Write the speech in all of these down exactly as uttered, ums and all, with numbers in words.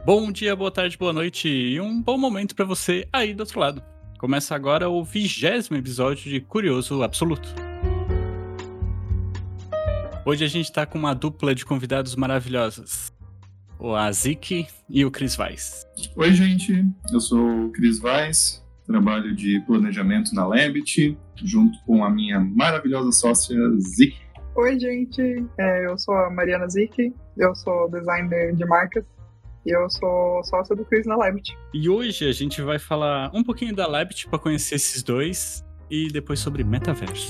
Bom dia, boa tarde, boa noite e um bom momento para você aí do outro lado. Começa agora o vigésimo episódio de Curioso Absoluto. Hoje a gente tá com uma dupla de convidados maravilhosos, o Azik e o Cris Weiss. Oi, gente, eu sou o Cris Weiss, trabalho de planejamento na Lebbit, junto com a minha maravilhosa sócia Zik. Oi, gente, é, eu sou a Mariana Zik, eu sou designer de marcas e eu sou sócia do Cris na Lebbit. E hoje a gente vai falar um pouquinho da Lebbit para conhecer esses dois e depois sobre metaverso.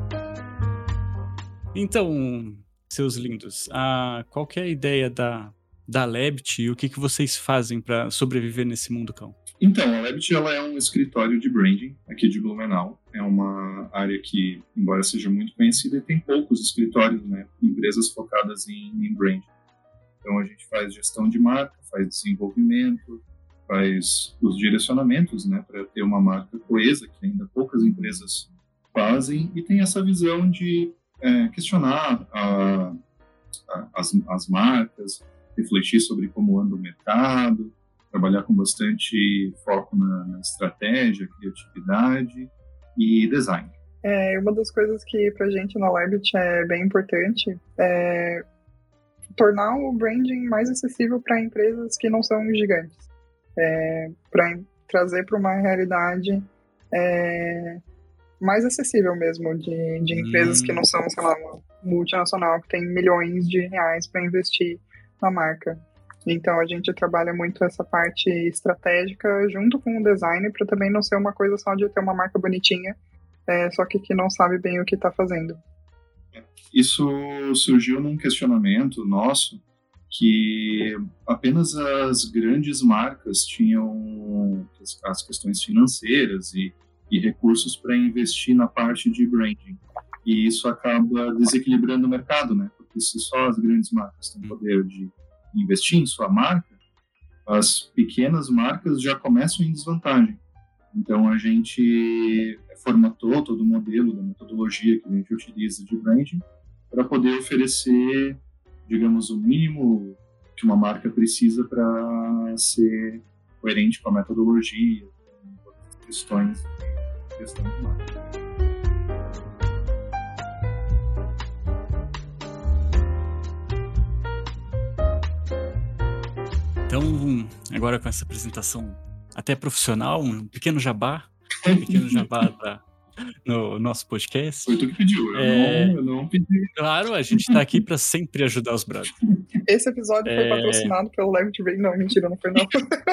Então, seus lindos, a, qual que é a ideia da, da Lebbit e o que, que vocês fazem para sobreviver nesse mundo cão? Então, a Lebbit ela é um escritório de branding aqui de Blumenau. É uma área que, embora seja muito conhecida, tem poucos escritórios, né? Empresas focadas em, em branding. Então, a gente faz gestão de marca, faz desenvolvimento, faz os direcionamentos, né? Para ter uma marca coesa, que ainda poucas empresas fazem, e tem essa visão de é, questionar a, a, as, as marcas, refletir sobre como anda o mercado, trabalhar com bastante foco na, na estratégia, criatividade e design. É, uma das coisas que pra gente na Lebbit é bem importante é tornar o branding mais acessível para empresas que não são gigantes. É, para trazer para uma realidade é, mais acessível mesmo, de, de empresas hum. que não são, sei lá, uma multinacional que tem milhões de reais para investir na marca. Então a gente trabalha muito essa parte estratégica junto com o design para também não ser uma coisa só de ter uma marca bonitinha, é, só que que não sabe bem o que está fazendo. Isso surgiu num questionamento nosso que apenas as grandes marcas tinham as questões financeiras e, e recursos para investir na parte de branding. E isso acaba desequilibrando o mercado, né? Porque se só as grandes marcas têm poder de investir em sua marca, as pequenas marcas já começam em desvantagem. Então, a gente formatou todo o modelo da metodologia que a gente utiliza de branding para poder oferecer, digamos, o mínimo que uma marca precisa para ser coerente com a metodologia, com as questões, questões de marca. Então, agora com essa apresentação até profissional, um pequeno jabá, um pequeno jabá da, no nosso podcast. Foi tu que pediu, eu, é... não, eu não pedi. Claro, a gente tá aqui para sempre ajudar os brothers. Esse episódio é... foi patrocinado pelo Lebbit Brand. Não, mentira, não foi não.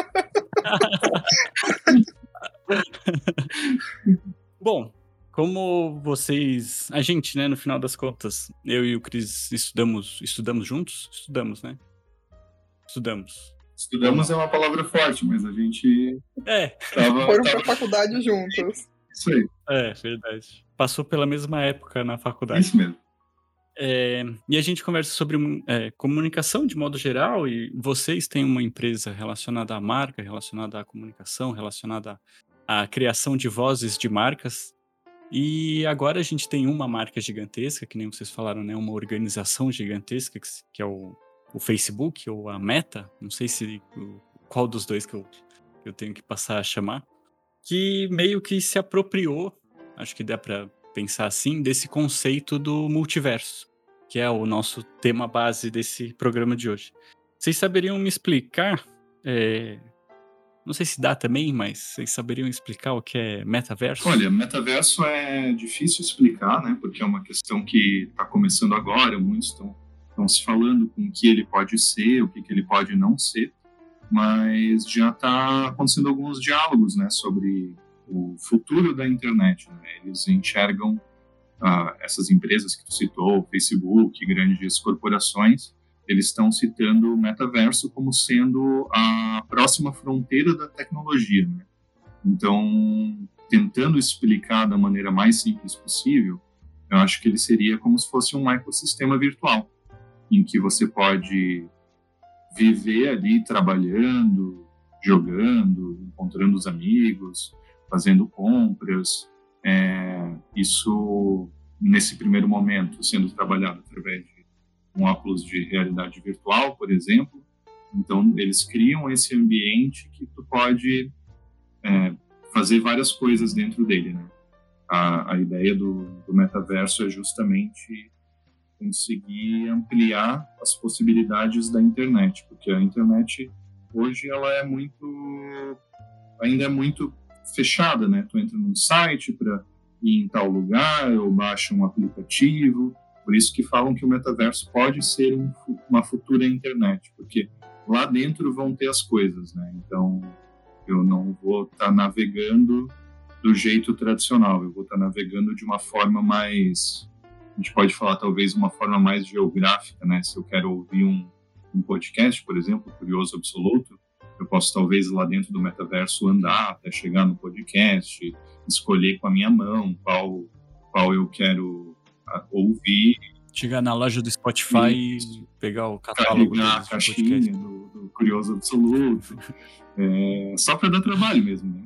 Bom, como vocês... A gente, né, no final das contas, eu e o Cris estudamos, estudamos juntos? Estudamos, né? Estudamos. Estudamos é uma palavra forte, mas a gente... É. Tava, Foram tava... pra faculdade juntos. Isso aí. É, verdade. Passou pela mesma época na faculdade. Isso mesmo. É, e a gente conversa sobre é, comunicação de modo geral, e vocês têm uma empresa relacionada à marca, relacionada à comunicação, relacionada à criação de vozes de marcas. E agora a gente tem uma marca gigantesca, que nem vocês falaram, né? Uma organização gigantesca, que, que é o... o Facebook ou a Meta, não sei se o, qual dos dois que eu, eu tenho que passar a chamar, que meio que se apropriou, acho que dá para pensar assim, desse conceito do multiverso, que é o nosso tema base desse programa de hoje. Vocês saberiam me explicar, é, não sei se dá também, mas vocês saberiam explicar o que é metaverso? Olha, metaverso é difícil explicar, né, porque é uma questão que está começando agora, muitos estão Estão se falando com o que ele pode ser, o que, que ele pode não ser, mas já está acontecendo alguns diálogos, né, sobre o futuro da internet. Né? Eles enxergam uh, essas empresas que tu citou, Facebook, grandes corporações, eles estão citando o metaverso como sendo a próxima fronteira da tecnologia. Né? Então, tentando explicar da maneira mais simples possível, eu acho que ele seria como se fosse um ecossistema virtual, em que você pode viver ali trabalhando, jogando, encontrando os amigos, fazendo compras. É, isso, nesse primeiro momento, sendo trabalhado através de um óculos de realidade virtual, por exemplo, Então, eles criam esse ambiente que tu pode é, fazer várias coisas dentro dele, né? A, a ideia do, do metaverso é justamente conseguir ampliar as possibilidades da internet, porque a internet hoje ela é muito, ainda é muito fechada, né? Tu entra num site para ir em tal lugar ou baixa um aplicativo, por isso que falam que o metaverso pode ser um, uma futura internet, porque lá dentro vão ter as coisas, né? Então eu não vou estar tá navegando do jeito tradicional, eu vou estar tá navegando de uma forma mais, a gente pode falar talvez uma forma mais geográfica, né? Se eu quero ouvir um, um podcast, por exemplo, Curioso Absoluto, eu posso talvez lá dentro do metaverso andar até chegar no podcast, escolher com a minha mão qual, qual eu quero ouvir. Chegar na loja do Spotify e, e pegar o catálogo deles, a caixinha do, do Curioso Absoluto, é, só para dar trabalho mesmo, né?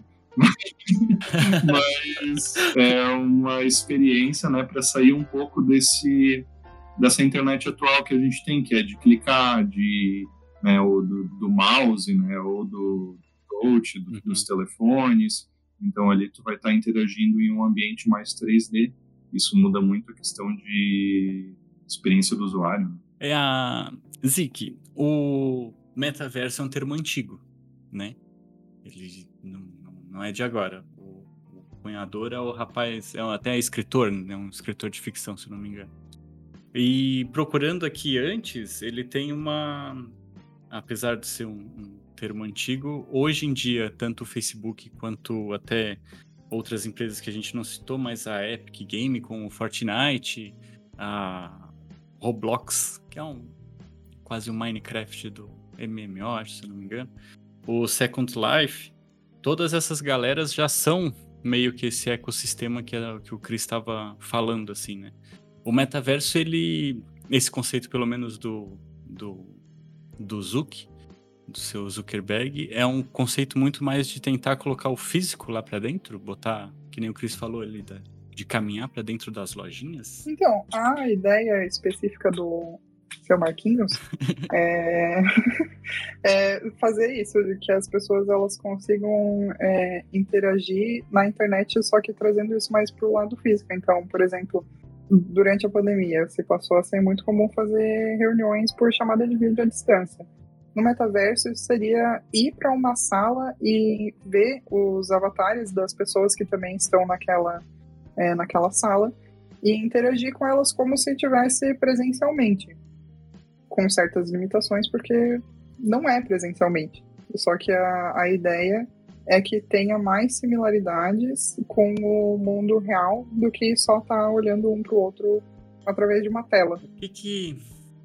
Mas é uma experiência, né, para sair um pouco desse, dessa internet atual que a gente tem, que é de clicar, de, né, ou do, do mouse, né, ou do touch, do, uhum. dos telefones. Então ali tu vai estar interagindo em um ambiente mais três D. Isso muda muito a questão de experiência do usuário. É a Zik, o metaverso é um termo antigo, né? Ele não, não, não é de agora. O, o cunhador é o rapaz, é até escritor, né? Um escritor de ficção, se não me engano. E procurando aqui antes, ele tem uma... Apesar de ser um, um termo antigo, hoje em dia, tanto o Facebook quanto até outras empresas que a gente não citou, mas a Epic Game com o Fortnite, a Roblox, que é um quase um Minecraft do M M O, acho, se não me engano, o Second Life, todas essas galeras já são meio que esse ecossistema que, era, que o Chris estava falando, assim, né? O metaverso, ele, esse conceito pelo menos do, do, do Zuck, do seu Zuckerberg, é um conceito muito mais de tentar colocar o físico lá pra dentro, botar, que nem o Chris falou ali, da, de caminhar pra dentro das lojinhas. Então, a ideia específica do seu Marquinhos é, é fazer isso, de que as pessoas elas consigam é, interagir na internet, só que trazendo isso mais pro lado físico. Então, por exemplo, durante a pandemia, se passou a ser muito comum fazer reuniões por chamada de vídeo à distância. No metaverso, isso seria ir para uma sala e ver os avatares das pessoas que também estão naquela, é, naquela sala e interagir com elas como se estivesse presencialmente, com certas limitações, porque não é presencialmente. Só que a, a ideia é que tenha mais similaridades com o mundo real do que só estar olhando um para o outro através de uma tela. O que que...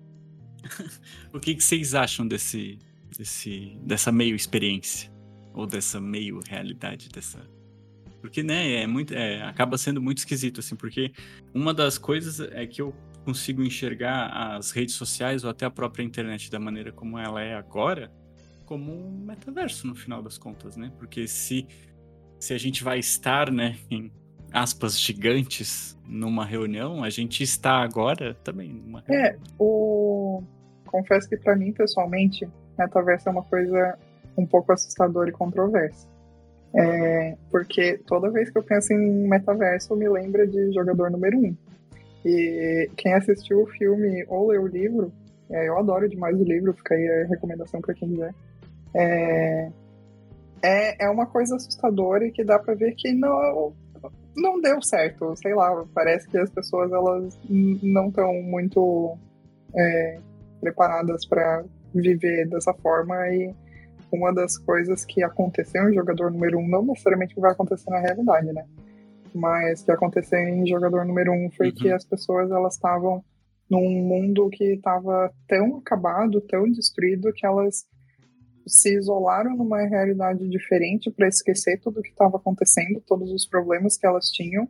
O que, que vocês acham desse, desse, dessa meio experiência? Ou dessa meio realidade? Dessa... Porque, né, é muito, é, acaba sendo muito esquisito, assim, porque uma das coisas é que eu consigo enxergar as redes sociais ou até a própria internet da maneira como ela é agora, como um metaverso, no final das contas, né? Porque se, se a gente vai estar, né, em aspas gigantes numa reunião, a gente está agora também numa reunião. É, o... confesso que pra mim, pessoalmente, metaverso é uma coisa um pouco assustadora e controversa. É, porque toda vez que eu penso em metaverso, eu me lembro de Jogador Número um. E quem assistiu o filme ou leu o livro, é, eu adoro demais o livro, fica aí a recomendação pra quem quiser. É, é, é uma coisa assustadora e que dá pra ver que não... não deu certo, sei lá, parece que as pessoas elas não estão muito é, preparadas para viver dessa forma, e uma das coisas que aconteceu em Jogador Número um, não necessariamente que vai acontecer na realidade, né, mas que aconteceu em Jogador Número um foi uhum. que as pessoas elas estavam num mundo que estava tão acabado, tão destruído, que elas se isolaram numa realidade diferente para esquecer tudo o que estava acontecendo, todos os problemas que elas tinham,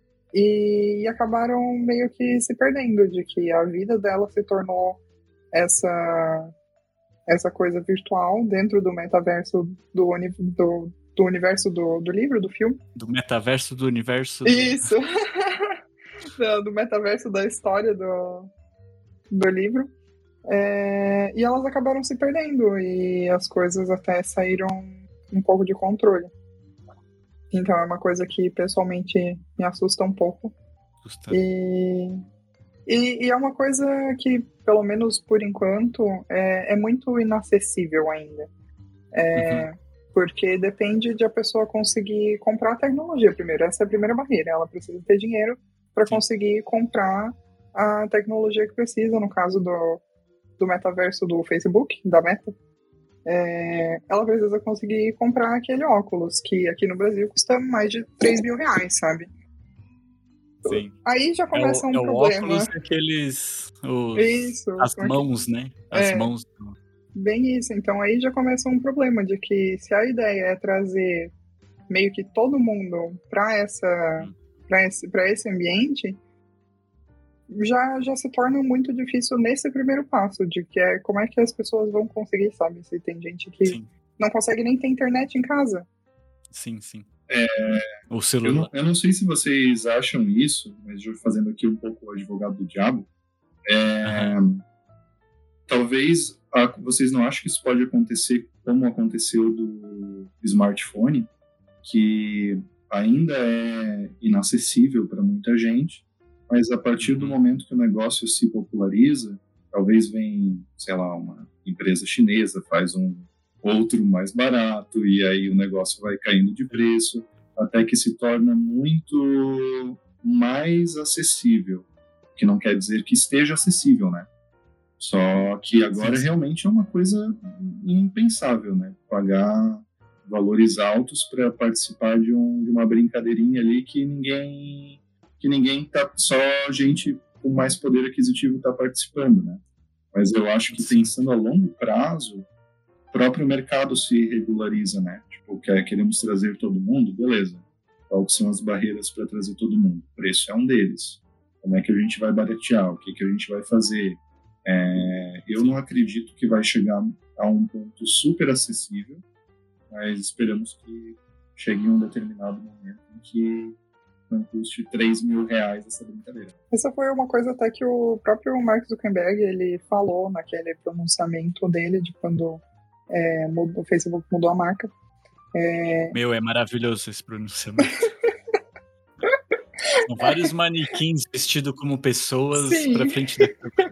e acabaram meio que se perdendo, de que a vida dela se tornou essa, essa coisa virtual dentro do metaverso do, do, do universo do, do livro, do filme. Do metaverso do universo. Do... Isso! do, do metaverso da história do, do livro. É, e elas acabaram se perdendo e as coisas até saíram um pouco de controle. Então é uma coisa que pessoalmente me assusta um pouco. Assusta. E, e, e é uma coisa que, pelo menos por enquanto, é, é muito inacessível ainda. É, Uhum. Porque depende de a pessoa conseguir comprar a tecnologia primeiro. Essa é a primeira barreira. Ela precisa ter dinheiro para conseguir comprar a tecnologia que precisa, no caso do, do metaverso do Facebook, da Meta. É, ela precisa conseguir comprar aquele óculos, que aqui no Brasil custa mais de três mil reais, sabe? Sim. Aí já É o, começa um é o óculos problema. e aqueles. Os, Isso, as porque, mãos, né? As é, mãos. bem isso. Então aí já começa um problema de que se a ideia é trazer meio que todo mundo para essa, Hum. para esse, para esse ambiente, já, já se torna muito difícil nesse primeiro passo, de que é como é que as pessoas vão conseguir, sabe? Se tem gente que Sim, não consegue nem ter internet em casa. sim, sim. É, O eu, celular. não, eu não sei se vocês acham isso, mas já fazendo aqui um pouco o advogado do diabo, é, Aham. talvez a, vocês não acham que isso pode acontecer como aconteceu do smartphone, que ainda é inacessível para muita gente, mas a partir do Uhum. momento que o negócio se populariza, talvez vem, sei lá, uma empresa chinesa, faz um outro mais barato, e aí o negócio vai caindo de preço, até que se torna muito mais acessível, que não quer dizer que esteja acessível, né? Só que agora Sim, sim. realmente é uma coisa impensável, né? Pagar valores altos para participar de, um, de uma brincadeirinha ali que ninguém que ninguém tá, só gente com mais poder aquisitivo está participando, né? Mas eu acho que Sim. pensando a longo prazo, o próprio mercado se regulariza, né? Tipo, quer, queremos trazer todo mundo, beleza. Quais são as barreiras para trazer todo mundo? O preço é um deles. Como é que a gente vai baratear? O que, que a gente vai fazer? É, eu não acredito que vai chegar a um ponto super acessível, mas esperamos que chegue em um determinado momento em que não custe três mil reais essa brincadeira. Essa foi uma coisa até que o próprio Mark Zuckerberg ele falou naquele pronunciamento dele de quando é, mudou, o Facebook mudou a marca. É... Meu, é maravilhoso esse pronunciamento. São vários manequins vestidos como pessoas Sim. pra frente da câmera.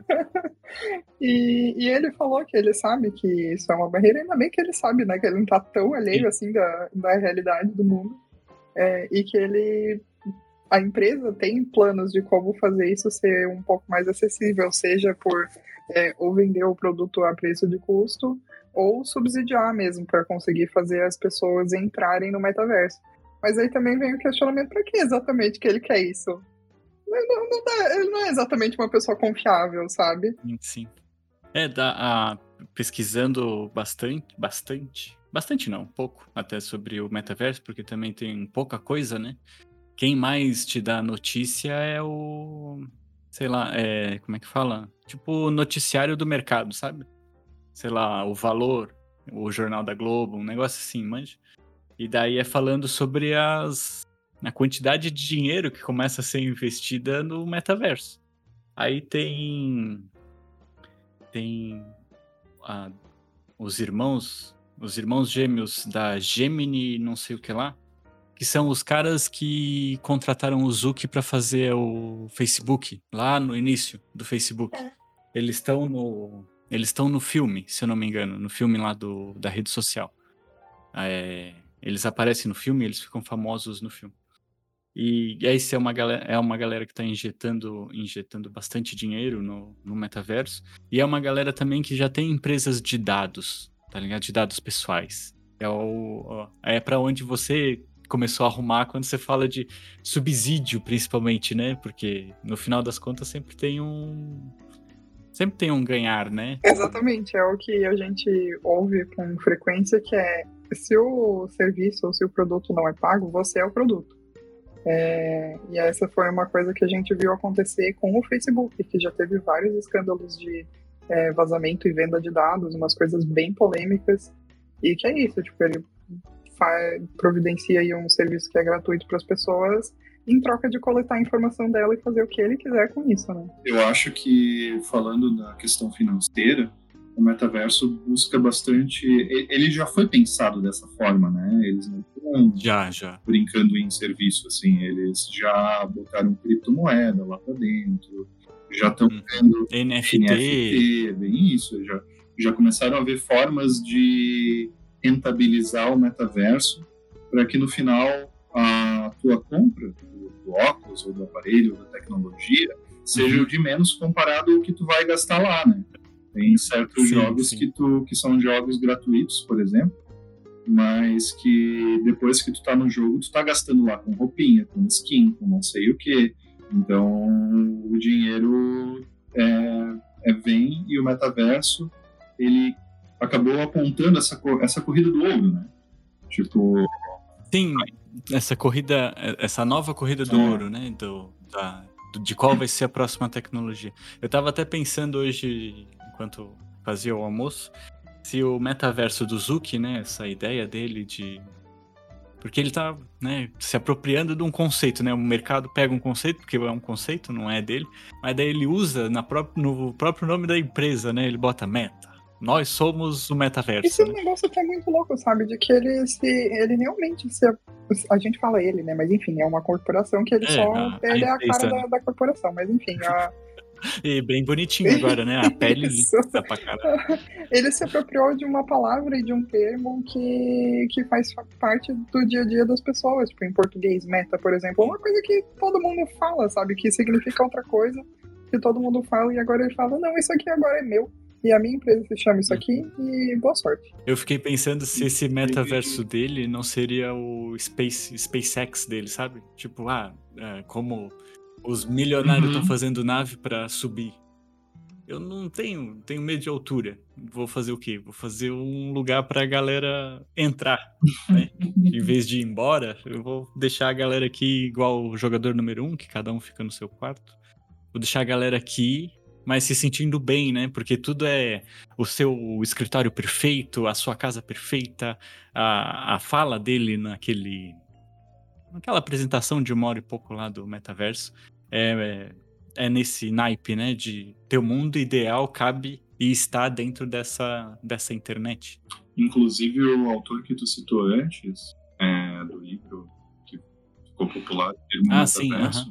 E, e ele falou que ele sabe que isso é uma barreira, ainda bem que ele sabe, né? Que ele não tá tão alheio Sim. assim da, da realidade do mundo. É, e que ele. A empresa tem planos de como fazer isso ser um pouco mais acessível, seja por é, ou vender o produto a preço de custo, ou subsidiar mesmo para conseguir fazer as pessoas entrarem no metaverso. Mas aí também vem o questionamento: para que exatamente que ele quer isso? Não, não, não dá, ele não é exatamente uma pessoa confiável, sabe? Sim, sim. É, dá, a, pesquisando bastante, bastante, bastante não, um pouco, até sobre o metaverso, porque também tem pouca coisa, né? Quem mais te dá notícia é o, sei lá, é, como é que fala? Tipo o noticiário do mercado, sabe? Sei lá, o Valor, o Jornal da Globo, um negócio assim, manja. E daí é falando sobre as, a quantidade de dinheiro que começa a ser investida no metaverso. Aí tem tem a, os irmãos, os irmãos gêmeos da Gemini, não sei o que lá, que são os caras que contrataram o Zuck para fazer o Facebook, lá no início do Facebook. É. Eles estão no eles estão no filme, se eu não me engano, no filme lá do, da rede social. É, eles aparecem no filme, eles ficam famosos no filme. E, e aí é uma galera, é uma galera que está injetando, injetando bastante dinheiro no, no metaverso. E é uma galera também que já tem empresas de dados, tá ligado? De dados pessoais. É, o, é para onde você começou a arrumar quando você fala de subsídio, principalmente, né? Porque no final das contas sempre tem um... Sempre tem um ganhar, né? Exatamente, é o que a gente ouve com frequência, que é se o serviço ou se o produto não é pago, você é o produto. É, e essa foi uma coisa que a gente viu acontecer com o Facebook, que já teve vários escândalos de é, vazamento e venda de dados, umas coisas bem polêmicas, e que é isso, tipo, ele faz, providencia aí um serviço que é gratuito para as pessoas, em troca de coletar a informação dela e fazer o que ele quiser com isso, né? Eu acho que, falando da questão financeira, o metaverso busca bastante... Ele já foi pensado dessa forma, né? Eles não estão Já, já. brincando em serviço, assim. Eles já botaram criptomoeda lá pra dentro, já estão Uhum. vendo N F N T. F T, bem isso. Já, já começaram a ver formas de rentabilizar o metaverso para que, no final, a tua compra do, do óculos ou do aparelho ou da tecnologia seja Uhum. o de menos comparado ao que tu vai gastar lá, né? Tem certos Sim, jogos sim. que, tu, que são jogos gratuitos, por exemplo, mas que depois que tu tá no jogo, tu tá gastando lá com roupinha, com skin, com não sei o que. Então, o dinheiro é, é vem e o metaverso, ele acabou apontando essa, co- essa corrida do ouro, né? Tipo, Sim, essa corrida, essa nova corrida do É. ouro, né? Do, da, do- de qual vai ser a próxima tecnologia. Eu tava até pensando hoje, enquanto fazia o almoço, se o metaverso do Zuki, né? Essa ideia dele de. Porque ele tá, né, se apropriando de um conceito, né? O mercado pega um conceito, porque é um conceito, não é dele, mas daí ele usa na pró- no próprio nome da empresa, né? Ele bota meta. Nós somos o metaverso, Esse é um né? negócio até muito louco, sabe? De que ele se. Ele realmente se. A gente fala ele, né? Mas enfim, é uma corporação que ele É, só. a, a Ele é a cara empresa, da, né? da corporação, mas enfim, a, E bem bonitinho agora, né? A pele Isso. lisa pra caralho. Ele se apropriou de uma palavra e de um termo que, que faz parte do dia a dia das pessoas. Tipo, em português, meta, por exemplo, é uma coisa que todo mundo fala, sabe? Que significa outra coisa, que todo mundo fala, e agora ele fala, não, isso aqui agora é meu. E a minha empresa se chama isso aqui, e boa sorte. Eu fiquei pensando se esse metaverso dele não seria o Space, SpaceX dele, sabe? Tipo, ah, é, como os milionários estão Uhum. fazendo nave pra subir. Eu não tenho, tenho medo de altura. Vou fazer o quê? Vou fazer um lugar pra galera entrar, né? Em vez de ir embora, eu vou deixar a galera aqui igual o jogador número um, que cada um fica no seu quarto. Vou deixar a galera aqui, mas se sentindo bem, né? Porque tudo é o seu escritório perfeito, a sua casa perfeita, a, a fala dele naquele, naquela apresentação de uma hora e pouco lá do metaverso. É, é, é nesse naipe, né? De teu mundo ideal cabe e está dentro dessa, dessa internet. Inclusive, o autor que tu citou antes, é, do livro que ficou popular, o termo Ah, sim, metaverso,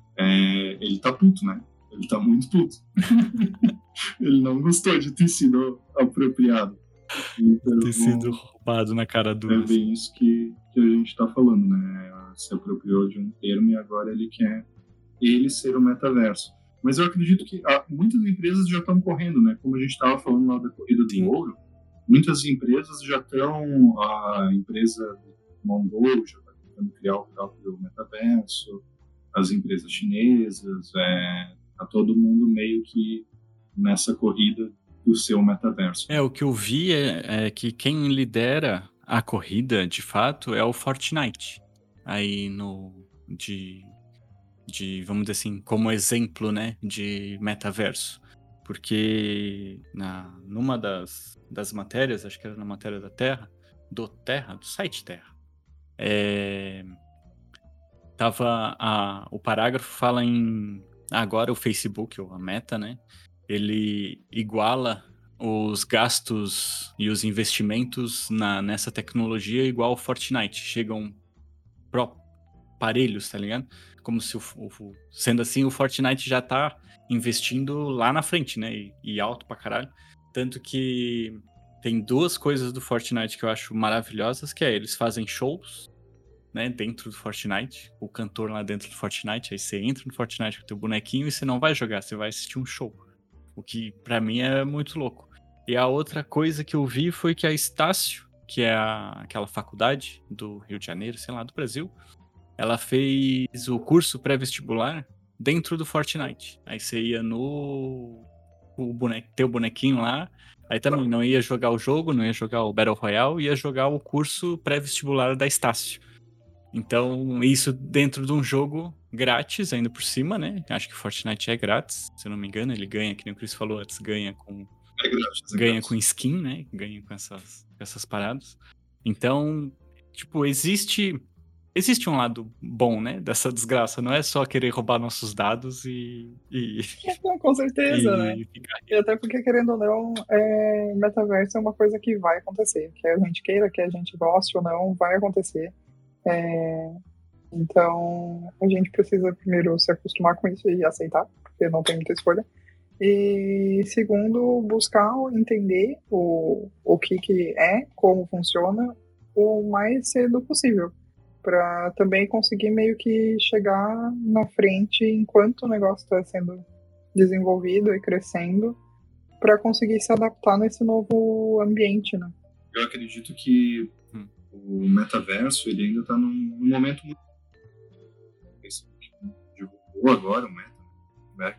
é, ele tá puto, né? Ele tá muito puto. Ele não gostou de ter sido apropriado. Então, ter sido roubado na cara é dura. bem isso que, que a gente tá falando, né? Se apropriou de um termo e agora ele quer ele ser o metaverso. Mas eu acredito que ah, muitas empresas já estão correndo, né? Como a gente estava falando lá da corrida do Sim. ouro, muitas empresas já estão, a empresa Mongo já está tentando criar o próprio metaverso, as empresas chinesas, é, tá todo mundo meio que nessa corrida do seu metaverso. É, o que eu vi é, é que quem lidera a corrida, de fato, é o Fortnite. Aí no... de... de, vamos dizer assim, como exemplo, né, de metaverso. Porque na, numa das, das matérias, acho que era na matéria da Terra, do Terra, do site Terra, é, tava a, o parágrafo fala em agora o Facebook, ou a Meta, né, ele iguala os gastos e os investimentos na, nessa tecnologia igual ao Fortnite. Chegam pro parelhos, tá ligado? Como se o, o, sendo assim, o Fortnite já tá investindo lá na frente, né? E, e alto pra caralho. Tanto que tem duas coisas do Fortnite que eu acho maravilhosas, que é eles fazem shows, né, dentro do Fortnite, o cantor lá dentro do Fortnite, aí você entra no Fortnite com o teu bonequinho e você não vai jogar, você vai assistir um show. O que pra mim é muito louco. E a outra coisa que eu vi foi que a Estácio, que é a, aquela faculdade do Rio de Janeiro, sei lá, do Brasil, ela fez o curso pré-vestibular dentro do Fortnite. Aí você ia no o boneco, teu bonequinho lá, aí também não ia jogar o jogo, não ia jogar o Battle Royale, ia jogar o curso pré-vestibular da Estácio. Então, isso dentro de um jogo grátis, ainda por cima, né? Acho que o Fortnite é grátis, se eu não me engano, ele ganha, que nem o Chris falou antes, ganha com É grátis, é ganha grátis. com skin, né? Ganha com essas, com essas paradas. Então, tipo, existe existe um lado bom, né, dessa desgraça. Não é só querer roubar nossos dados e, e, Não, com certeza, né? e ficar E até porque, querendo ou não, é, metaverso é uma coisa que vai acontecer. Quer a gente queira, quer a gente goste ou não, vai acontecer. É, então, a gente precisa primeiro se acostumar com isso e aceitar, porque não tem muita escolha. E segundo, buscar entender o, o que, que é, como funciona, o mais cedo possível. Para também conseguir meio que chegar na frente enquanto o negócio está sendo desenvolvido e crescendo, para conseguir se adaptar nesse novo ambiente, né? Eu acredito que Hum. o metaverso ele ainda está num, num momento muito... O Facebook divulgou agora o Meta,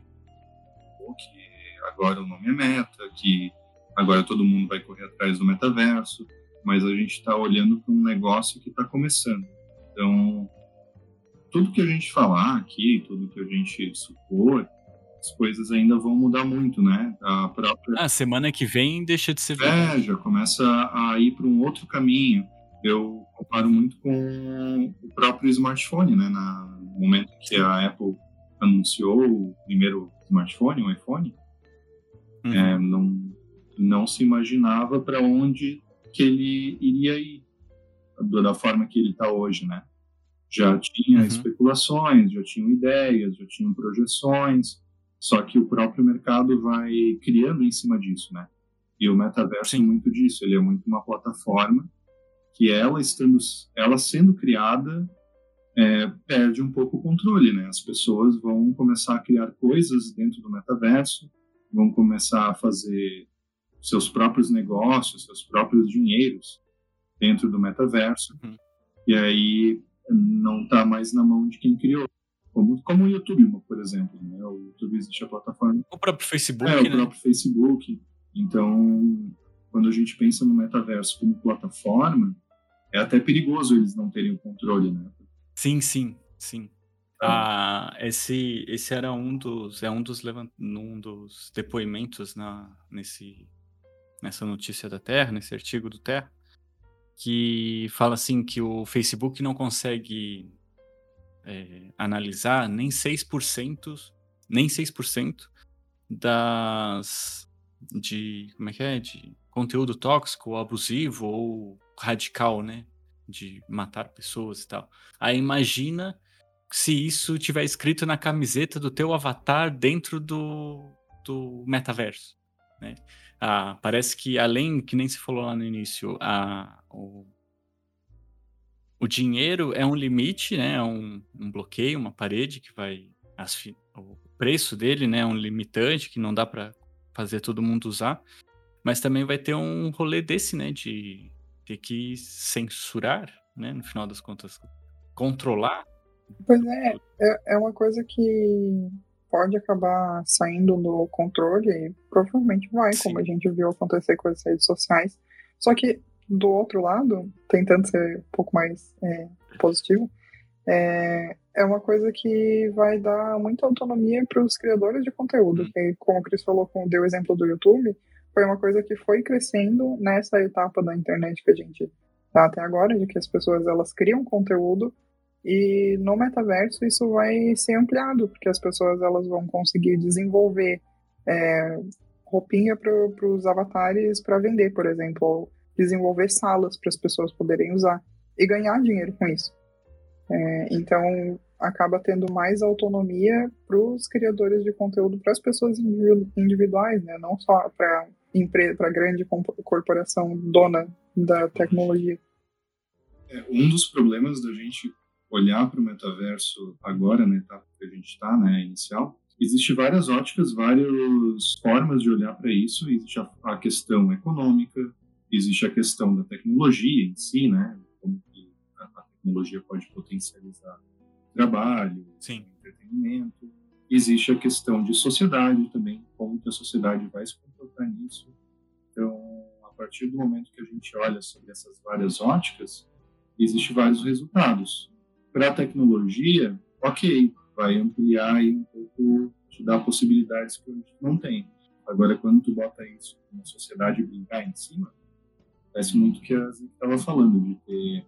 que agora o nome é Meta, que agora todo mundo vai correr atrás do metaverso, mas a gente está olhando para um negócio que está começando. Então, tudo que a gente falar aqui, tudo que a gente supor, as coisas ainda vão mudar muito, né? A própria... Ah, semana que vem deixa de ser É, verdade. já começa a ir para um outro caminho. Eu comparo muito com o próprio smartphone, né? Na, no momento que a Apple anunciou o primeiro smartphone, o iPhone, Uhum. é, não, não se imaginava para onde que ele iria ir, da forma que ele está hoje, né? Já tinha Uhum. especulações, já tinham ideias, já tinham projeções, só que o próprio mercado vai criando em cima disso, né? E o metaverso Sim. é muito disso, ele é muito uma plataforma que ela, estando, ela sendo criada, é, perde um pouco o controle, né? As pessoas vão começar a criar coisas dentro do metaverso, vão começar a fazer seus próprios negócios, seus próprios dinheiros dentro do metaverso, Uhum. e aí não está mais na mão de quem criou. Como, como o YouTube, por exemplo, né? O YouTube existe a plataforma... O próprio Facebook, É, o né? próprio Facebook. Então, quando a gente pensa no metaverso como plataforma, é até perigoso eles não terem o controle, né? Sim, sim, sim. Então, Ah, esse, esse era um dos, é um dos, levant, um dos depoimentos na, nesse, nessa notícia da Terra, nesse artigo do Terra, que fala assim que o Facebook não consegue é, analisar nem seis por cento, nem seis por cento das de como é que é? De conteúdo tóxico ou abusivo ou radical, né? De matar pessoas e tal. Aí imagina se isso tiver escrito na camiseta do teu avatar dentro do, do metaverso, né? Ah, parece que além, que nem se falou lá no início, a, o, o dinheiro é um limite, né? É um, um bloqueio, uma parede que vai... As, o preço dele, né? É um limitante que não dá para fazer todo mundo usar. Mas também vai ter um rolê desse, né? De ter que censurar, né? No final das contas, controlar. Pois é, é, é uma coisa que pode acabar saindo do controle e provavelmente vai, Sim. como a gente viu acontecer com as redes sociais. Só que, do outro lado, tentando ser um pouco mais é, positivo, é, é uma coisa que vai dar muita autonomia para os criadores de conteúdo, Hum. que, como o Cris falou, deu o exemplo do YouTube, foi uma coisa que foi crescendo nessa etapa da internet que a gente está até agora, de que as pessoas elas criam conteúdo e no metaverso isso vai ser ampliado, porque as pessoas elas vão conseguir desenvolver é, roupinha para os avatares para vender, por exemplo, ou desenvolver salas para as pessoas poderem usar e ganhar dinheiro com isso. É, então, acaba tendo mais autonomia para os criadores de conteúdo, para as pessoas individuais, né? Não só para empresa, para grande corporação dona da tecnologia. É, um dos problemas da gente olhar para o metaverso agora, na etapa que a gente está, né, inicial, existe várias óticas, várias formas de olhar para isso. Existe a, a questão econômica, existe a questão da tecnologia em si, né? Como que a, a tecnologia pode potencializar trabalho, Sim. entretenimento. Existe a questão de sociedade também, como que a sociedade vai se comportar nisso. Então, a partir do momento que a gente olha sobre essas várias óticas, existem vários resultados. Para a tecnologia, ok, vai ampliar aí um pouco, te dá possibilidades que a gente não tem. Agora, quando tu bota isso na sociedade brincar em cima, parece muito que a gente estava falando, de ter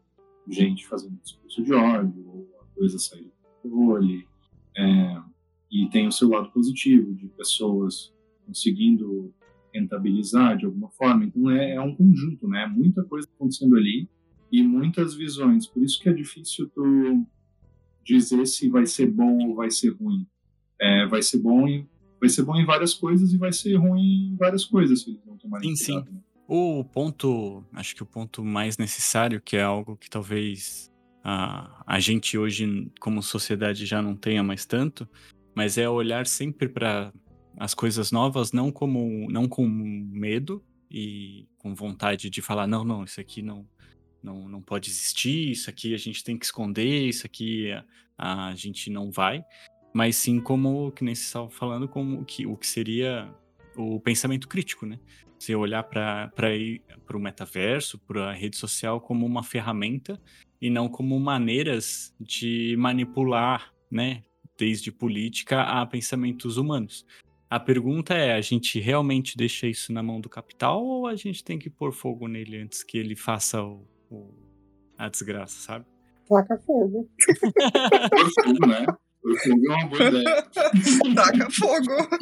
gente fazendo discurso de ódio, ou a coisa sair do controle, é, e tem o seu lado positivo, de pessoas conseguindo rentabilizar de alguma forma. Então é, é um conjunto, né? Muita coisa acontecendo ali e muitas visões. Por isso que é difícil tu dizer se vai ser bom ou vai ser ruim. É, vai ser bom em, vai ser bom em várias coisas e vai ser ruim em várias coisas, se eles não tomarem Sim, cuidado. sim. Né? O ponto, acho que o ponto mais necessário, que é algo que talvez a, a gente hoje, como sociedade, já não tenha mais tanto, mas é olhar sempre para as coisas novas, não como não com medo e com vontade de falar, não, não, isso aqui não, não, não pode existir, isso aqui a gente tem que esconder, isso aqui a, a gente não vai, mas sim como, que nem você estava falando, como que, o que seria o pensamento crítico, né? Você olhar para o metaverso, para a rede social como uma ferramenta e não como maneiras de manipular, né? Desde política a pensamentos humanos. A pergunta é, a gente realmente deixa isso na mão do capital ou a gente tem que pôr fogo nele antes que ele faça o, o, a desgraça, sabe? Taca fogo. Por fogo, né? Por fogo é uma boa ideia. Taca fogo.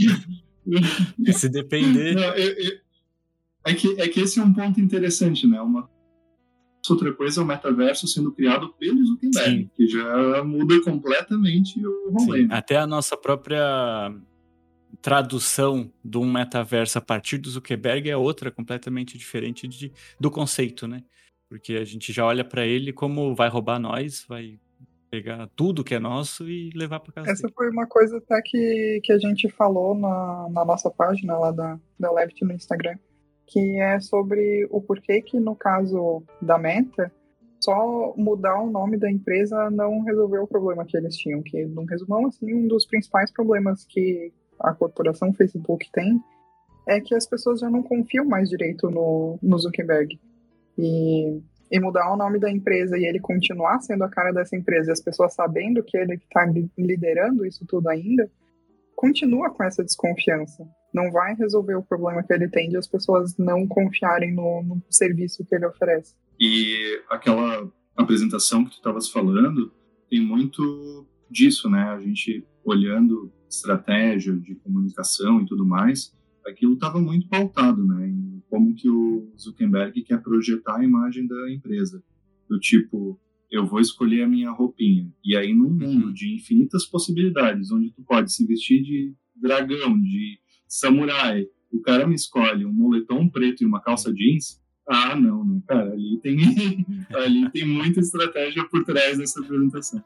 Se depender... Não, eu, eu, é, que, é que esse é um ponto interessante, né? Uma outra coisa é o metaverso sendo criado pelo Zuckerberg, Sim. que já muda completamente o rolê. Sim. Até a nossa própria tradução de um metaverso a partir do Zuckerberg é outra, completamente diferente de, do conceito, né? Porque a gente já olha para ele como vai roubar nós, vai pegar tudo que é nosso e levar para casa Essa dele. foi uma coisa até que, que a gente falou na, na nossa página lá da, da Levity no Instagram, que é sobre o porquê que, no caso da Meta, só mudar o nome da empresa não resolveu o problema que eles tinham, que, num resumão, assim, um dos principais problemas que a corporação Facebook tem é que as pessoas já não confiam mais direito no, no Zuckerberg. E, e mudar o nome da empresa e ele continuar sendo a cara dessa empresa e as pessoas sabendo que ele está liderando isso tudo ainda, continua com essa desconfiança. Não vai resolver o problema que ele tem de as pessoas não confiarem no, no serviço que ele oferece. E aquela apresentação que tu estavas falando tem muito disso, né? A gente olhando estratégia de comunicação e tudo mais, aquilo estava muito pautado, né? Em como que o Zuckerberg quer projetar a imagem da empresa. Do tipo, eu vou escolher a minha roupinha. E aí, num mundo de infinitas possibilidades, onde tu pode se vestir de dragão, de samurai, o cara me escolhe um moletom preto e uma calça jeans, ah, não, né, cara, ali tem, ali tem muita estratégia por trás dessa apresentação.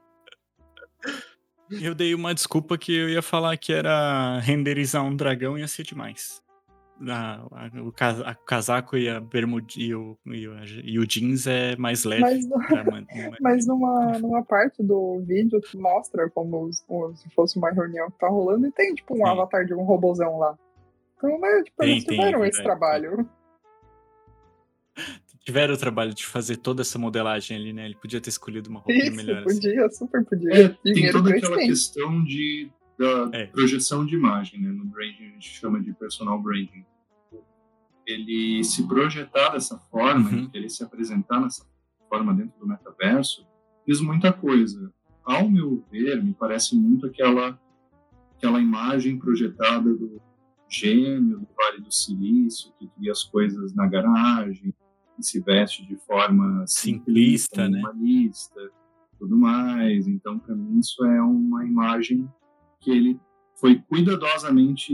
Eu dei uma desculpa que eu ia falar que era renderizar um dragão ia ser demais. A, a, o cas, a casaco e a bermuda e o, e, o, e o jeans é mais leve. Mas, pra man, mas numa, numa parte do vídeo mostra como se fosse uma reunião que tá rolando e tem tipo um Sim. avatar de um robozão lá. Então, né, tipo, tem, eles tiveram tem, esse é, trabalho. É. Tiveram o trabalho de fazer toda essa modelagem ali, né? Ele podia ter escolhido uma roupinha Isso, melhor. podia, assim. super podia. É, tem toda aquela tem. questão de, da é. projeção de imagem, né? No branding a gente chama de personal branding. Ele se projetar dessa forma, uhum. ele se apresentar dessa forma dentro do metaverso, diz muita coisa. Ao meu ver, me parece muito aquela, aquela imagem projetada do gênio do Vale do Silício, que cria as coisas na garagem, que se veste de forma simplista, minimalista, né? Tudo mais. Então, para mim, isso é uma imagem que ele foi cuidadosamente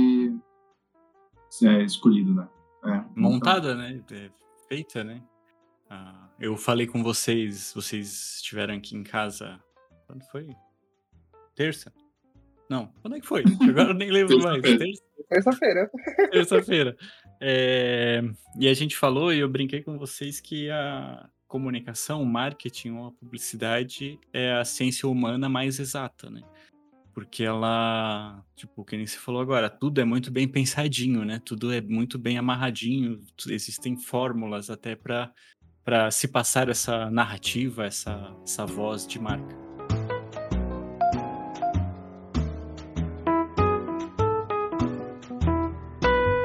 é, escolhido, né? É, montada, então... né? É, feita, né? Ah, eu falei com vocês, vocês estiveram aqui em casa. Quando foi? Terça? Não, quando é que foi? Agora eu nem lembro mais. Terça? Terça-feira. Terça-feira. É, e a gente falou, e eu brinquei com vocês que a comunicação, o marketing ou a publicidade é a ciência humana mais exata, né? Porque ela, tipo, que nem você falou agora, tudo é muito bem pensadinho, né? Tudo é muito bem amarradinho, existem fórmulas até para para se passar essa narrativa, essa, essa voz de marca.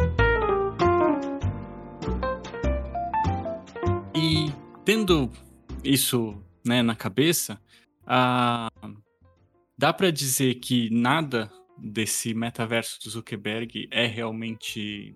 E tendo isso, né, na cabeça, ah, dá para dizer que nada desse metaverso do Zuckerberg é realmente,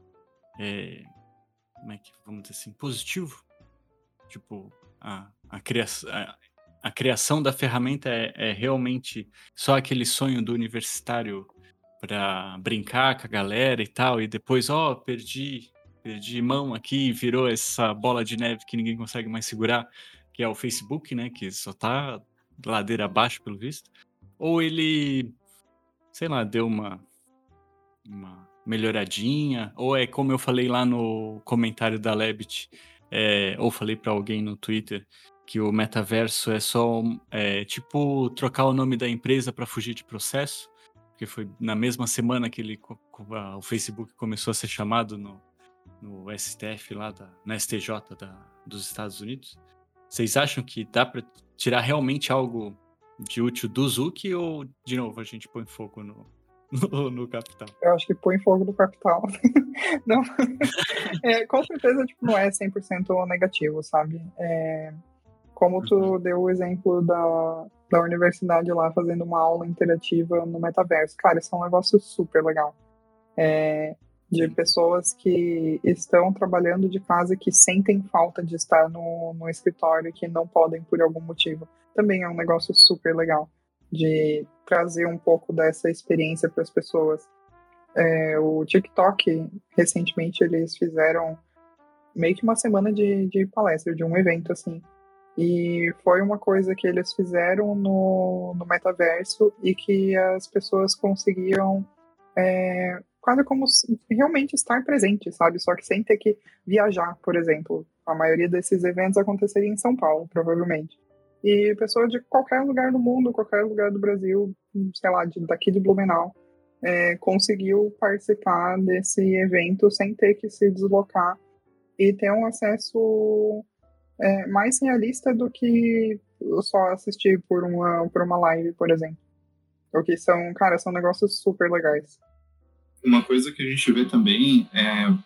é, como é que vamos dizer assim, positivo? Tipo, a, a, criação, a, a criação da ferramenta é, é realmente só aquele sonho do universitário para brincar com a galera e tal, e depois, ó, perdi, perdi mão aqui e virou essa bola de neve que ninguém consegue mais segurar, que é o Facebook, né, que só tá ladeira abaixo, pelo visto. Ou ele, sei lá, deu uma, uma melhoradinha, ou é como eu falei lá no comentário da Lebbit, é, ou falei para alguém no Twitter, que o metaverso é só, um- é, tipo, trocar o nome da empresa para fugir de processo, porque foi na mesma semana que ele, co- co- a- o Facebook começou a ser chamado no, no S T F lá, da, na S T J da, dos Estados Unidos. Vocês acham que dá para tirar realmente algo de útil do Zuki, ou, de novo, a gente põe fogo no, no, no capital? Eu acho que põe fogo no capital. Não, é, com certeza, tipo, não é cem por cento negativo, sabe? É, como tu Uhum. deu o exemplo da, da universidade lá fazendo uma aula interativa no metaverso. Cara, isso é um negócio super legal. É, de Sim. pessoas que estão trabalhando de casa e que sentem falta de estar no, no escritório e que não podem por algum motivo. Também é um negócio super legal de trazer um pouco dessa experiência para as pessoas. É, o TikTok, recentemente, eles fizeram meio que uma semana de, de palestra, de um evento, assim. E foi uma coisa que eles fizeram no, no metaverso e que as pessoas conseguiam é, quase como se- realmente estar presente, sabe? Só que sem ter que viajar, por exemplo. A maioria desses eventos aconteceria em São Paulo, provavelmente. E pessoas de qualquer lugar do mundo, qualquer lugar do Brasil, sei lá, de, daqui de Blumenau, é, conseguiu participar desse evento sem ter que se deslocar e ter um acesso é, mais realista do que só assistir por uma, por uma live, por exemplo. O que são, cara, são negócios super legais. Uma coisa que a gente vê também é o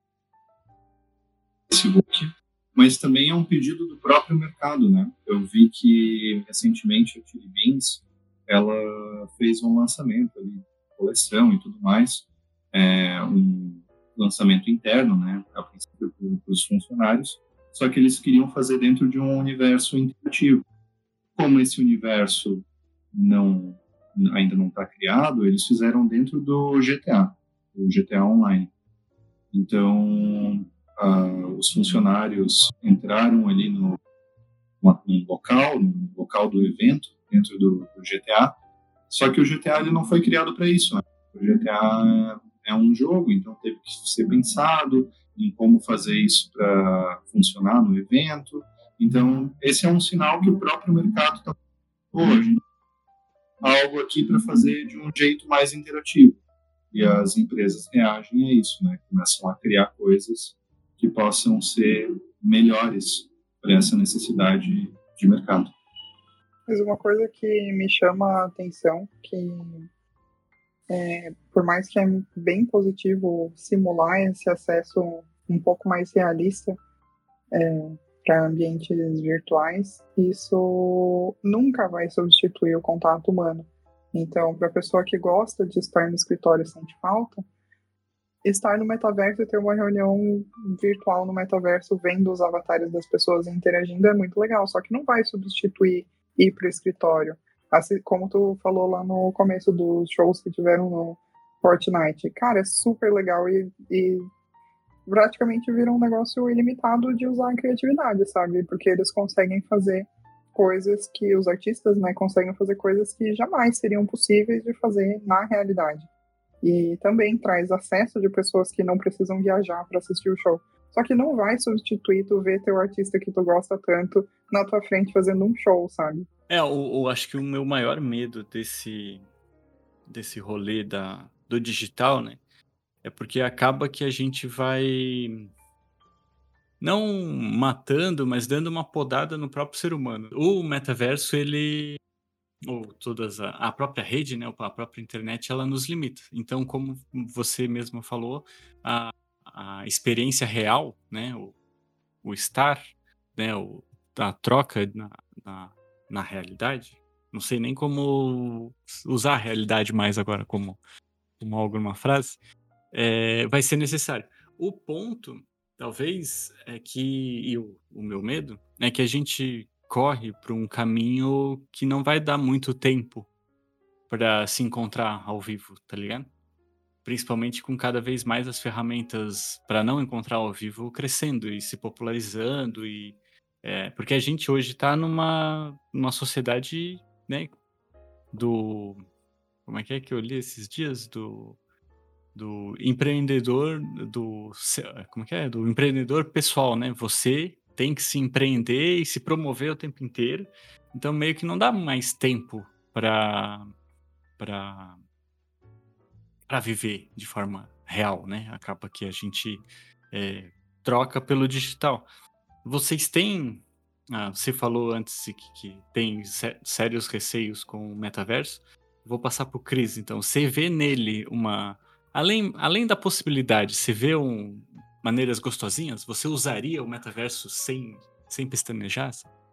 Facebook, mas também é um pedido do próprio mercado, né? Eu vi que recentemente a Chili Beans ela fez um lançamento ali, coleção e tudo mais, é, um lançamento interno, né? A princípio para os funcionários, só que eles queriam fazer dentro de um universo interativo. Como esse universo não ainda não está criado, eles fizeram dentro do G T A, o G T A Online. Então, ah, os funcionários entraram ali no, no local, no local do evento, dentro do, do G T A, só que o G T A ele não foi criado para isso, né? O G T A é um jogo, então teve que ser pensado em como fazer isso para funcionar no evento. Então, esse é um sinal que o próprio mercado está hoje algo aqui para fazer de um jeito mais interativo. E as empresas reagem a isso, né? Começam a criar coisas que possam ser melhores para essa necessidade de mercado. Mas uma coisa que me chama a atenção, que é, por mais que é bem positivo simular esse acesso um pouco mais realista é, para ambientes virtuais, isso nunca vai substituir o contato humano. Então, para a pessoa que gosta de estar no escritório e sente falta, estar no metaverso e ter uma reunião virtual no metaverso vendo os avatares das pessoas interagindo é muito legal, só que não vai substituir ir para o escritório. Assim como tu falou lá no começo dos shows que tiveram no Fortnite. Cara, é super legal e, e praticamente vira um negócio ilimitado de usar a criatividade, sabe? Porque eles conseguem fazer coisas que os artistas, né, conseguem fazer coisas que jamais seriam possíveis de fazer na realidade. E também traz acesso de pessoas que não precisam viajar para assistir o show. Só que não vai substituir tu ver teu artista que tu gosta tanto na tua frente fazendo um show, sabe? É, o, o- acho que o meu maior medo desse, desse rolê da, do digital, né? É porque acaba que a gente vai não matando, mas dando uma podada no próprio ser humano. O metaverso, ele, ou todas a, a própria rede, né, a própria internet, ela nos limita. Então, como você mesmo falou, a, a experiência real, né, o, o estar, né, o, a troca na, na, na realidade, não sei nem como usar a realidade mais agora como, como algo numa frase, é, vai ser necessário. O ponto, talvez, é que, e o, o meu medo, é que a gente corre para um caminho que não vai dar muito tempo para se encontrar ao vivo, tá ligado? Principalmente com cada vez mais as ferramentas para não encontrar ao vivo crescendo e se popularizando e é, porque a gente hoje está numa, numa sociedade, né, do como é que é que eu li esses dias do do empreendedor do se- como é que é do empreendedor pessoal, né? Você tem que se empreender e se promover o tempo inteiro. Então meio que não dá mais tempo para para para viver de forma real, né? Acaba que a gente é, troca pelo digital. Vocês têm. Ah, você falou antes que, que tem sé- sérios receios com o metaverso. Vou passar para o Cris, então. Você vê nele uma. Além, além da possibilidade, você vê um, maneiras gostosinhas? Você usaria o metaverso sem, sem pestanejar?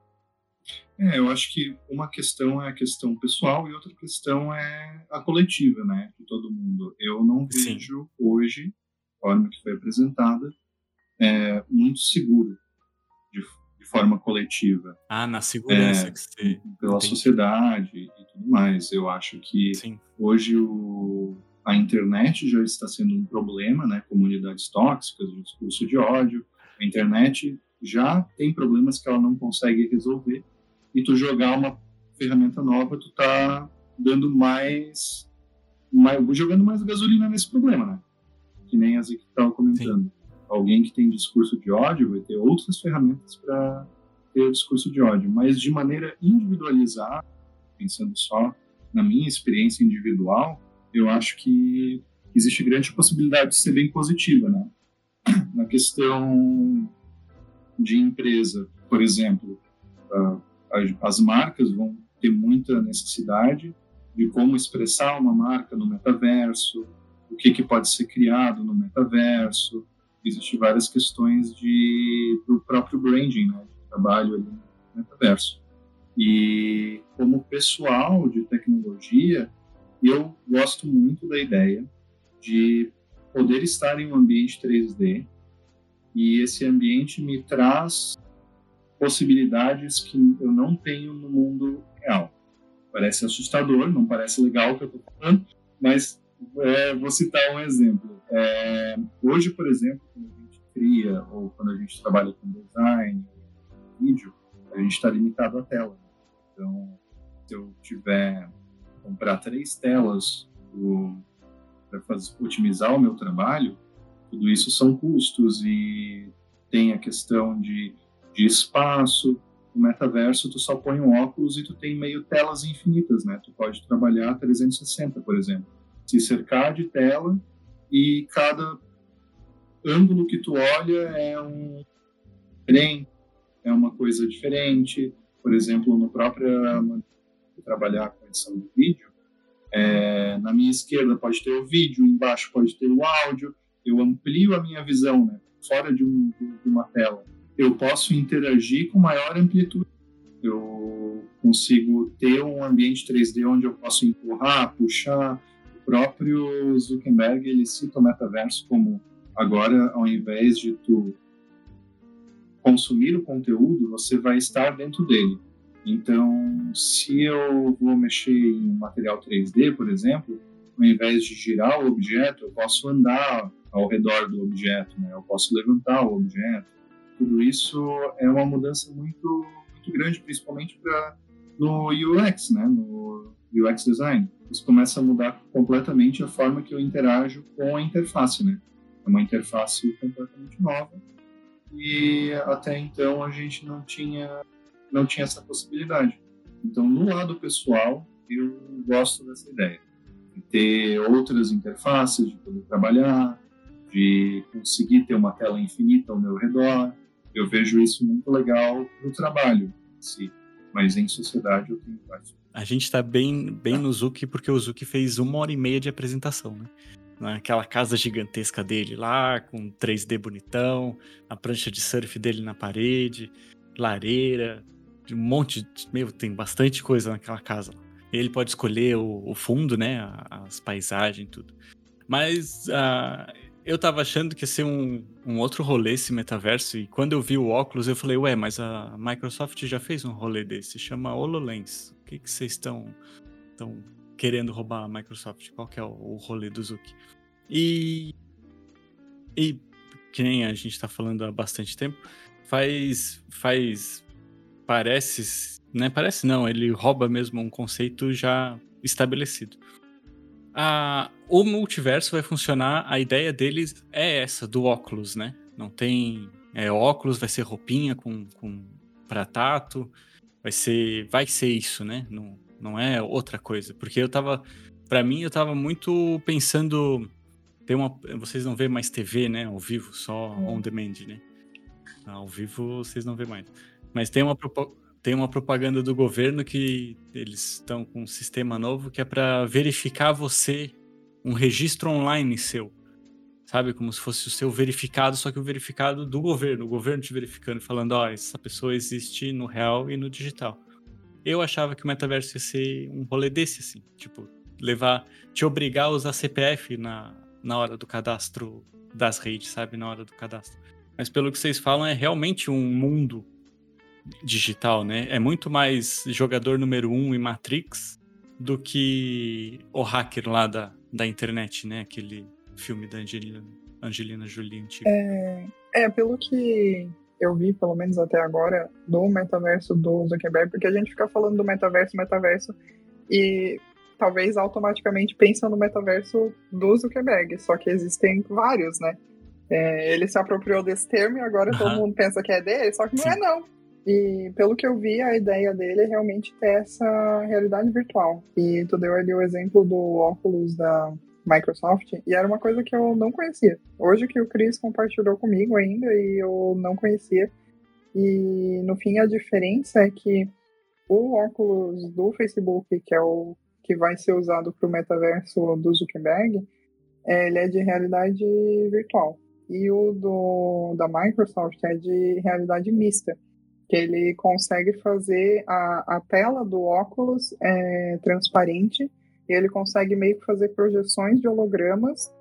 É, eu acho que uma questão é a questão pessoal e outra questão é a coletiva, né, de todo mundo. Eu não Sim. vejo hoje, a forma que foi apresentada, é muito seguro de, de forma coletiva. Ah, na segurança que você Pela entende. sociedade e tudo mais. Eu acho que Sim. hoje o, a internet já está sendo um problema, né? Comunidades tóxicas, discurso de ódio. A internet já tem problemas que ela não consegue resolver. E tu jogar uma ferramenta nova, tu tá dando mais, mais jogando mais gasolina nesse problema, né? Que nem a Ziki estava comentando. Sim. Alguém que tem discurso de ódio vai ter outras ferramentas para ter o discurso de ódio, mas de maneira individualizada, pensando só na minha experiência individual, eu acho que existe grande possibilidade de ser bem positiva, né? Na questão de empresa, por exemplo, as marcas vão ter muita necessidade de como expressar uma marca no metaverso, o que, que pode ser criado no metaverso. Existem várias questões de, do próprio branding, né, de trabalho ali no metaverso. E como pessoal de tecnologia, eu gosto muito da ideia de poder estar em um ambiente três D e esse ambiente me traz possibilidades que eu não tenho no mundo real. Parece assustador, não parece legal o que eu estou falando, mas é, vou citar um exemplo. É, hoje, por exemplo, quando a gente cria ou quando a gente trabalha com design, vídeo, a gente está limitado à tela. Então, se eu tiver comprar três telas para otimizar o meu trabalho, tudo isso são custos e tem a questão de, de espaço. No metaverso, tu só põe um óculos e tu tem meio telas infinitas, né? Tu pode trabalhar trezentos e sessenta, por exemplo. Se cercar de tela e cada ângulo que tu olha é um trem, é uma coisa diferente. Por exemplo, no próprio trabalhar com edição de vídeo, é, na minha esquerda pode ter o vídeo, embaixo pode ter o áudio. Eu amplio a minha visão, né? Fora de, um, de uma tela. Eu posso interagir com maior amplitude. Eu consigo ter um ambiente três D onde eu posso empurrar, puxar. O próprio Zuckerberg, ele cita o metaverso como agora, ao invés de tu consumir o conteúdo, você vai estar dentro dele. Então, se eu vou mexer em material três D, por exemplo, ao invés de girar o objeto, eu posso andar ao redor do objeto, né? Eu posso levantar o objeto. Tudo isso é uma mudança muito, muito grande, principalmente pra, no U X, né? No U X design. Isso começa a mudar completamente a forma que eu interajo com a interface, né? É uma interface completamente nova e até então a gente não tinha, não tinha essa possibilidade. Então, no lado pessoal, eu gosto dessa ideia. De ter outras interfaces, de poder trabalhar, de conseguir ter uma tela infinita ao meu redor. Eu vejo isso muito legal no trabalho em si, mas em sociedade eu tenho vários. A gente está bem, bem no Zuki porque o Zuki fez uma hora e meia de apresentação, né? Naquela casa gigantesca dele lá, com três D bonitão, a prancha de surf dele na parede. lareira, de um monte de... Meu, tem bastante coisa naquela casa. Ele pode escolher o, o fundo, né? As paisagens, tudo. Mas uh, eu tava achando que ia ser um, um outro rolê esse metaverso. E quando eu vi o óculos, eu falei, ué, mas a Microsoft já fez um rolê desse. Chama HoloLens. O que que vocês estão estão querendo roubar a Microsoft? Qual que é o, o rolê do Zuck? E, e que nem a gente tá falando há bastante tempo, faz... faz parece... Né? Parece não, ele rouba mesmo um conceito já estabelecido. Ah, o multiverso vai funcionar, a ideia deles é essa, do óculos, né? Não tem... É, óculos, vai ser roupinha com, com pra tato, vai ser, vai ser isso, né? Não, não é outra coisa. Porque eu tava... Pra mim, eu tava muito pensando... Tem uma, vocês não vê mais T V, né? Ao vivo, só on demand, né? Ao vivo, vocês não vê mais. Mas tem uma proposta... Tem uma propaganda do governo que eles estão com um sistema novo que é para verificar você, um registro online seu. Sabe? Como se fosse o seu verificado, só que o verificado do governo. O governo te verificando, falando, ó, oh, essa pessoa existe no real e no digital. Eu achava que o metaverso ia ser um rolê desse, assim. Tipo, levar, te obrigar a usar C P F na, na hora do cadastro das redes, sabe? Na hora do cadastro. Mas pelo que vocês falam, é realmente um mundo digital, né? É muito mais jogador número um em Matrix do que o hacker lá da, da internet, né? Aquele filme da Angelina, Angelina Jolie antigo. É, é, pelo que eu vi, pelo menos até agora, do metaverso do Zuckerberg, porque a gente fica falando do metaverso, metaverso, e talvez automaticamente pensa no metaverso do Zuckerberg, só que existem vários, né? É, ele se apropriou desse termo e agora uhum. todo mundo pensa que é dele, só que não Sim. é não. E pelo que eu vi, a ideia dele é realmente ter essa realidade virtual. E tu deu ali o exemplo do óculos da Microsoft, e era uma coisa que eu não conhecia. Hoje que o Chris compartilhou comigo ainda, e eu não conhecia. E no fim a diferença é que o óculos do Facebook, que é o que vai ser usado para o metaverso do Zuckerberg, ele é de realidade virtual. E o do, da Microsoft é de realidade mista, que ele consegue fazer a, a tela do óculos é, transparente, e ele consegue meio que fazer projeções de hologramas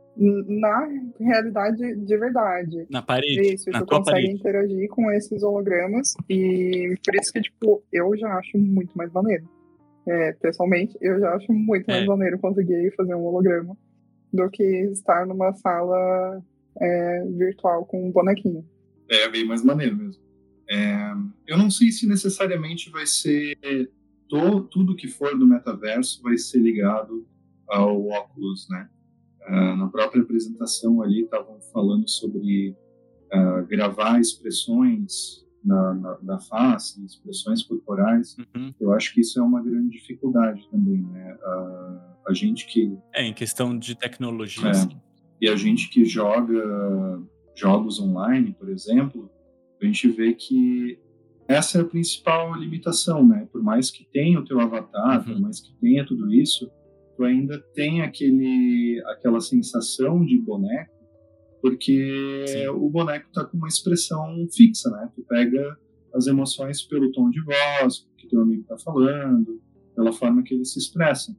na realidade de verdade. Na parede, isso, na tu tua consegue parede. interagir com esses hologramas, e por isso que, tipo, eu já acho muito mais maneiro. É, pessoalmente, eu já acho muito mais É. maneiro conseguir fazer um holograma do que estar numa sala é, virtual com um bonequinho. É bem mais maneiro mesmo. É, eu não sei se necessariamente vai ser to, tudo que for do metaverso vai ser ligado ao óculos, né? Uh, na própria apresentação ali estavam falando sobre uh, gravar expressões na, na, na face, expressões corporais. Uhum. Eu acho que isso é uma grande dificuldade também, né? Uh, a gente que... É, em questão de tecnologia, é, sim. E a gente que joga jogos online, por exemplo, a gente vê que essa é a principal limitação, né? Por mais que tenha o teu avatar, Uhum. por mais que tenha tudo isso, tu ainda tem aquele, aquela sensação de boneco, porque Sim. o boneco tá com uma expressão fixa, né? Tu pega as emoções pelo tom de voz que teu amigo tá falando, pela forma que ele se expressa.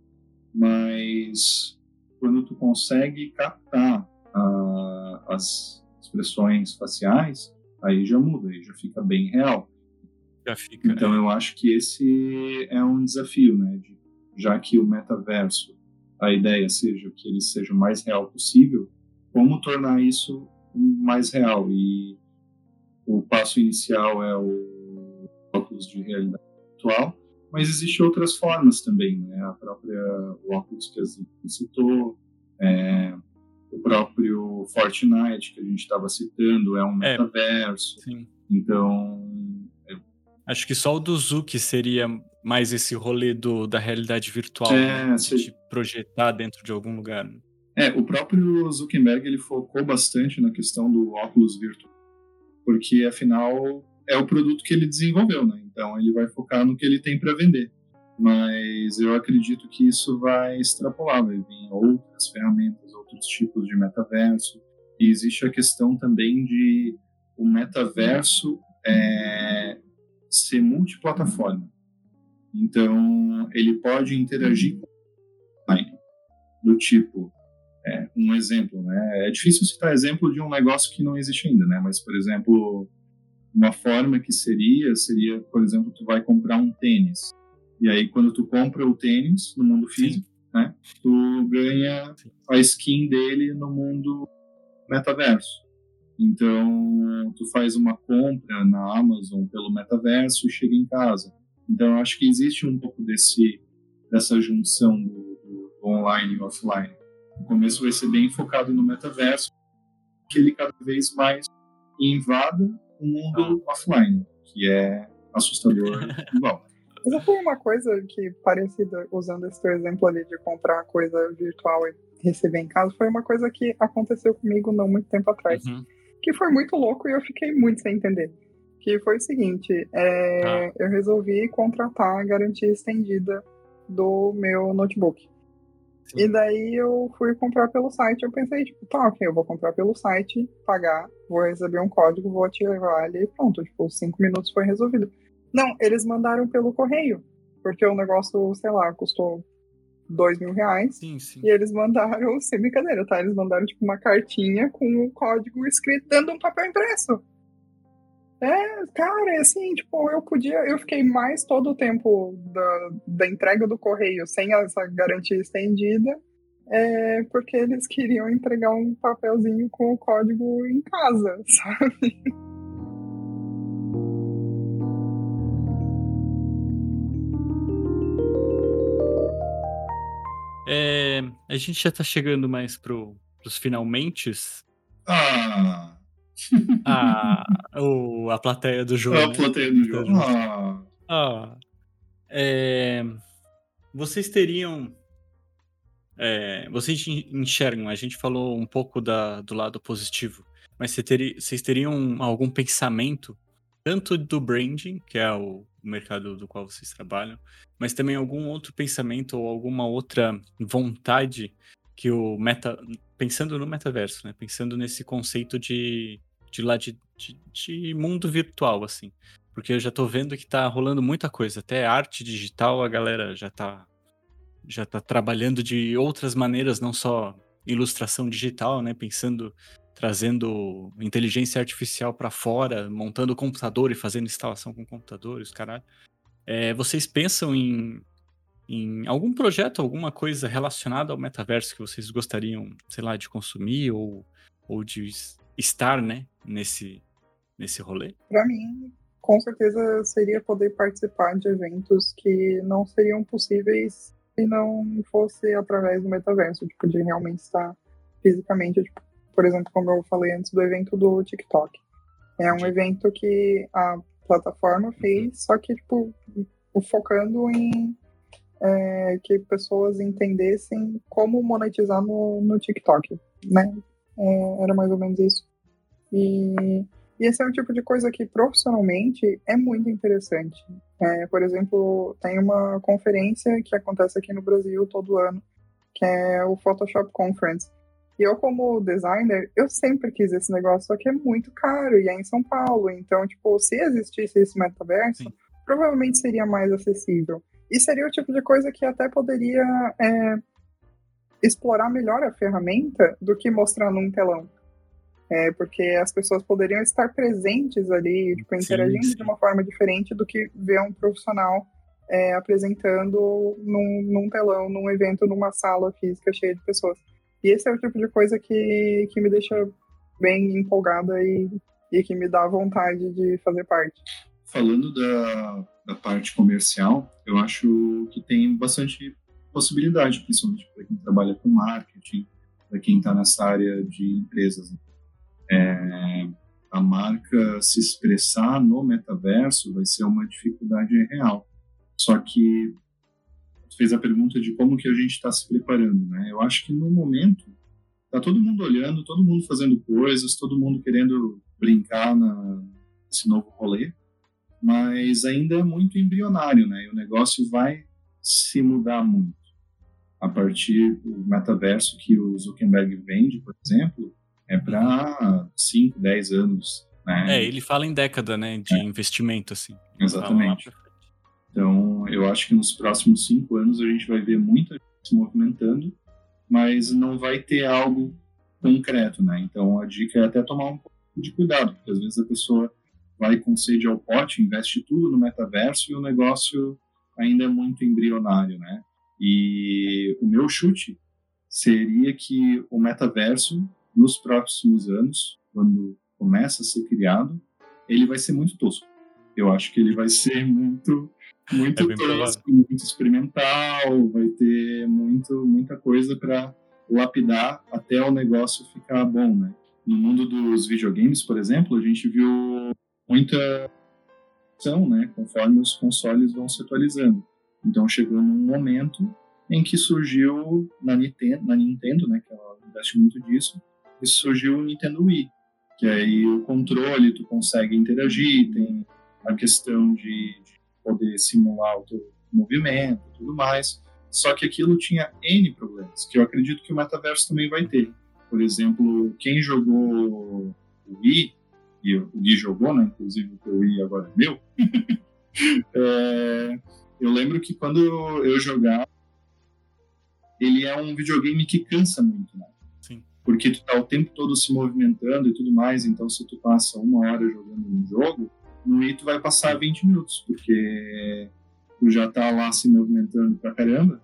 Mas quando tu consegue captar a, as expressões faciais, aí já muda, aí já fica bem real. Já fica, então é. eu acho que esse é um desafio, né? De, já que o metaverso, a ideia seja que ele seja o mais real possível, como tornar isso mais real? E o passo inicial é o óculos de realidade virtual, mas existem outras formas também, né? A própria o óculos que a Zico citou, é, o próprio Fortnite que a gente estava citando é um metaverso. É, sim. Então... Eu... Acho que só o do Zuki seria mais esse rolê do, da realidade virtual, é, né? De se... te projetar dentro de algum lugar. É, o próprio Zuckerberg ele focou bastante na questão do óculos virtual, porque afinal é o produto que ele desenvolveu, né? Então ele vai focar no que ele tem para vender. Mas eu acredito que isso vai extrapolar, vai vir outras ferramentas, outros tipos de metaverso. E existe a questão também de o metaverso é, ser multiplataforma. Então, ele pode interagir com o online, do tipo, é, um exemplo, né? É difícil citar exemplo de um negócio que não existe ainda, né? Mas, por exemplo, uma forma que seria, seria, por exemplo, tu vai comprar um tênis. E aí, quando tu compra o tênis no mundo físico, né? Tu ganha a skin dele no mundo metaverso. Então, tu faz uma compra na Amazon pelo metaverso e chega em casa. Então, eu acho que existe um pouco desse, dessa junção do, do, do online e offline. No começo vai ser bem focado no metaverso, que ele cada vez mais invada o mundo ah. offline, que é assustador igual. Mas foi uma coisa que, parecida, usando esse teu exemplo ali de comprar coisa virtual e receber em casa, foi uma coisa que aconteceu comigo não muito tempo atrás. Uhum. Que foi muito louco e eu fiquei muito sem entender. Que foi o seguinte, é, ah. eu resolvi contratar a garantia estendida do meu notebook. Sim. E daí eu fui comprar pelo site, eu pensei, tipo, tá, ok, eu vou comprar pelo site, pagar, vou receber um código, vou ativar ali e pronto, tipo, cinco minutos foi resolvido. Não, eles mandaram pelo correio, porque o negócio, sei lá, custou dois mil reais, sim, sim. E eles mandaram, sem brincadeira, tá? Eles mandaram, tipo, uma cartinha com o código escrito dando um papel impresso. É, cara, assim, tipo, eu podia, eu fiquei mais todo o tempo da, da entrega do correio sem essa garantia estendida, é, porque eles queriam entregar um papelzinho com o código em casa, sabe? É, a gente já tá chegando mais pro, pros finalmentes. Ah! A, o, a plateia do jogo. A né? plateia do jogo. Ah! Ah, é, vocês teriam... É, vocês enxergam, a gente falou um pouco da, do lado positivo, mas você teri, vocês teriam algum pensamento, tanto do branding, que é o mercado do qual vocês trabalham, mas também algum outro pensamento ou alguma outra vontade que o meta, pensando no metaverso, né, pensando nesse conceito de, de, lá de, de, de mundo virtual, assim, porque eu já tô vendo que tá rolando muita coisa, até arte digital a galera já tá já está trabalhando de outras maneiras, não só ilustração digital, né? Pensando, trazendo inteligência artificial para fora, montando computador e fazendo instalação com computadores, caralho. É, vocês pensam em, em algum projeto, alguma coisa relacionada ao metaverso que vocês gostariam, sei lá, de consumir ou, ou de estar, né, nesse, nesse rolê? Para mim, com certeza seria poder participar de eventos que não seriam possíveis se não fosse através do metaverso, tipo, de realmente estar fisicamente, tipo, por exemplo, como eu falei antes do evento do TikTok. É um evento que a plataforma fez, só que, tipo, focando em é, que pessoas entendessem como monetizar no, no TikTok, né? É, era mais ou menos isso. E, e esse é um tipo de coisa que, profissionalmente, é muito interessante. É, por exemplo, tem uma conferência que acontece aqui no Brasil todo ano, que é o Photoshop Conference. E eu, como designer, eu sempre quis esse negócio, só que é muito caro, e é em São Paulo. Então, tipo, se existisse esse metaverso, Sim. provavelmente seria mais acessível. E seria o tipo de coisa que até poderia é, explorar melhor a ferramenta do que mostrar num telão. É, porque as pessoas poderiam estar presentes ali, tipo, interagindo sim, sim. de uma forma diferente do que ver um profissional é, apresentando num, num telão, num evento, numa sala física cheia de pessoas. E esse é o tipo de coisa que, que me deixa bem empolgada e, e que me dá vontade de fazer parte. Falando da, da parte comercial, eu acho que tem bastante possibilidade, principalmente para quem trabalha com marketing, para quem está nessa área de empresas. É, a marca se expressar no metaverso vai ser uma dificuldade real. Só que você fez a pergunta de como que a gente está se preparando, né? Eu acho que no momento tá todo mundo olhando, todo mundo fazendo coisas, todo mundo querendo brincar na, nesse novo rolê, mas ainda é muito embrionário, né? E o negócio vai se mudar muito. A partir do metaverso que o Zuckerberg vende, por exemplo, é para cinco, dez anos né? É, ele fala em década, né, de É. investimento, assim. Exatamente. Então, eu acho que nos próximos cinco anos a gente vai ver muita gente se movimentando, mas não vai ter algo concreto, né? Então, a dica é até tomar um pouco de cuidado, porque às vezes a pessoa vai com sede ao pote, investe tudo no metaverso e o negócio ainda é muito embrionário, né? E o meu chute seria que o metaverso, nos próximos anos, quando começa a ser criado, ele vai ser muito tosco. Eu acho que ele vai ser muito, muito É tosco, muito experimental, vai ter muito, muita coisa para lapidar até o negócio ficar bom, né? No mundo dos videogames, por exemplo, a gente viu muita ação, né? Conforme os consoles vão se atualizando. Então chegou num momento em que surgiu na Nintendo, na Nintendo, né? Que ela investe muito disso, e surgiu o Nintendo Wii, que aí o controle tu consegue interagir, tem a questão de, de poder simular o teu movimento e tudo mais. Só que aquilo tinha N problemas, que eu acredito que o metaverso também vai ter. Por exemplo, quem jogou o Wii, e o Gui jogou, né? Inclusive o Wii agora é meu. é, eu lembro que quando eu jogava, ele é um videogame que cansa muito, né? Sim. Porque tu tá o tempo todo se movimentando e tudo mais, então se tu passa uma hora jogando um jogo, no Wii tu vai passar vinte minutos, porque tu já tá lá se movimentando pra caramba.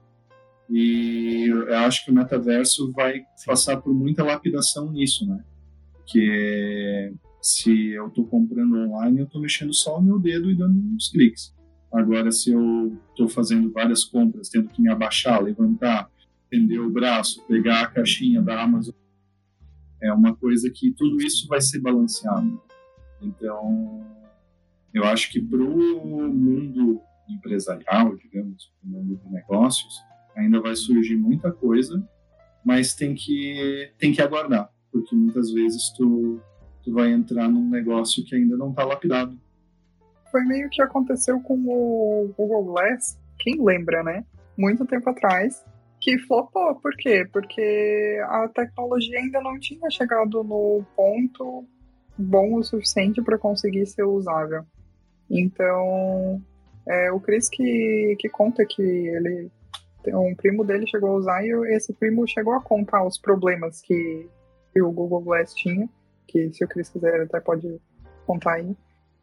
E eu acho que o metaverso vai Sim. passar por muita lapidação nisso, né? Porque se eu tô comprando online, eu tô mexendo só o meu dedo e dando uns cliques. Agora, se eu tô fazendo várias compras, tendo que me abaixar, levantar, estender o braço, pegar a caixinha da Amazon, é uma coisa que tudo isso vai ser balanceado. Então, eu acho que pro mundo empresarial, digamos, pro mundo de negócios, ainda vai surgir muita coisa, mas tem que, tem que aguardar, porque muitas vezes tu, tu vai entrar num negócio que ainda não está lapidado. Foi meio que aconteceu com o Google Glass, quem lembra, né? Muito tempo atrás, que flopou. Por quê? Porque a tecnologia ainda não tinha chegado no ponto bom o suficiente para conseguir ser usável. Então, é, o Chris que, que conta que ele... um primo dele chegou a usar e esse primo chegou a contar os problemas que, que o Google Glass tinha, que se o Chris quiser até pode contar aí,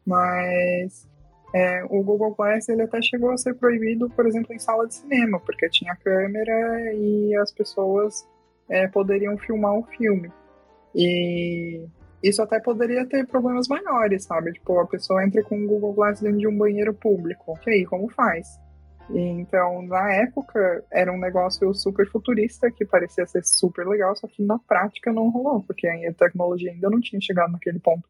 mas é, o Google Glass ele até chegou a ser proibido, por exemplo, em sala de cinema, porque tinha câmera e as pessoas é, poderiam filmar o filme. E isso até poderia ter problemas maiores, sabe? Tipo, a pessoa entra com o Google Glass dentro de um banheiro público. E aí, como faz? Então, na época, era um negócio super futurista, que parecia ser super legal, só que na prática não rolou, porque a tecnologia ainda não tinha chegado naquele ponto.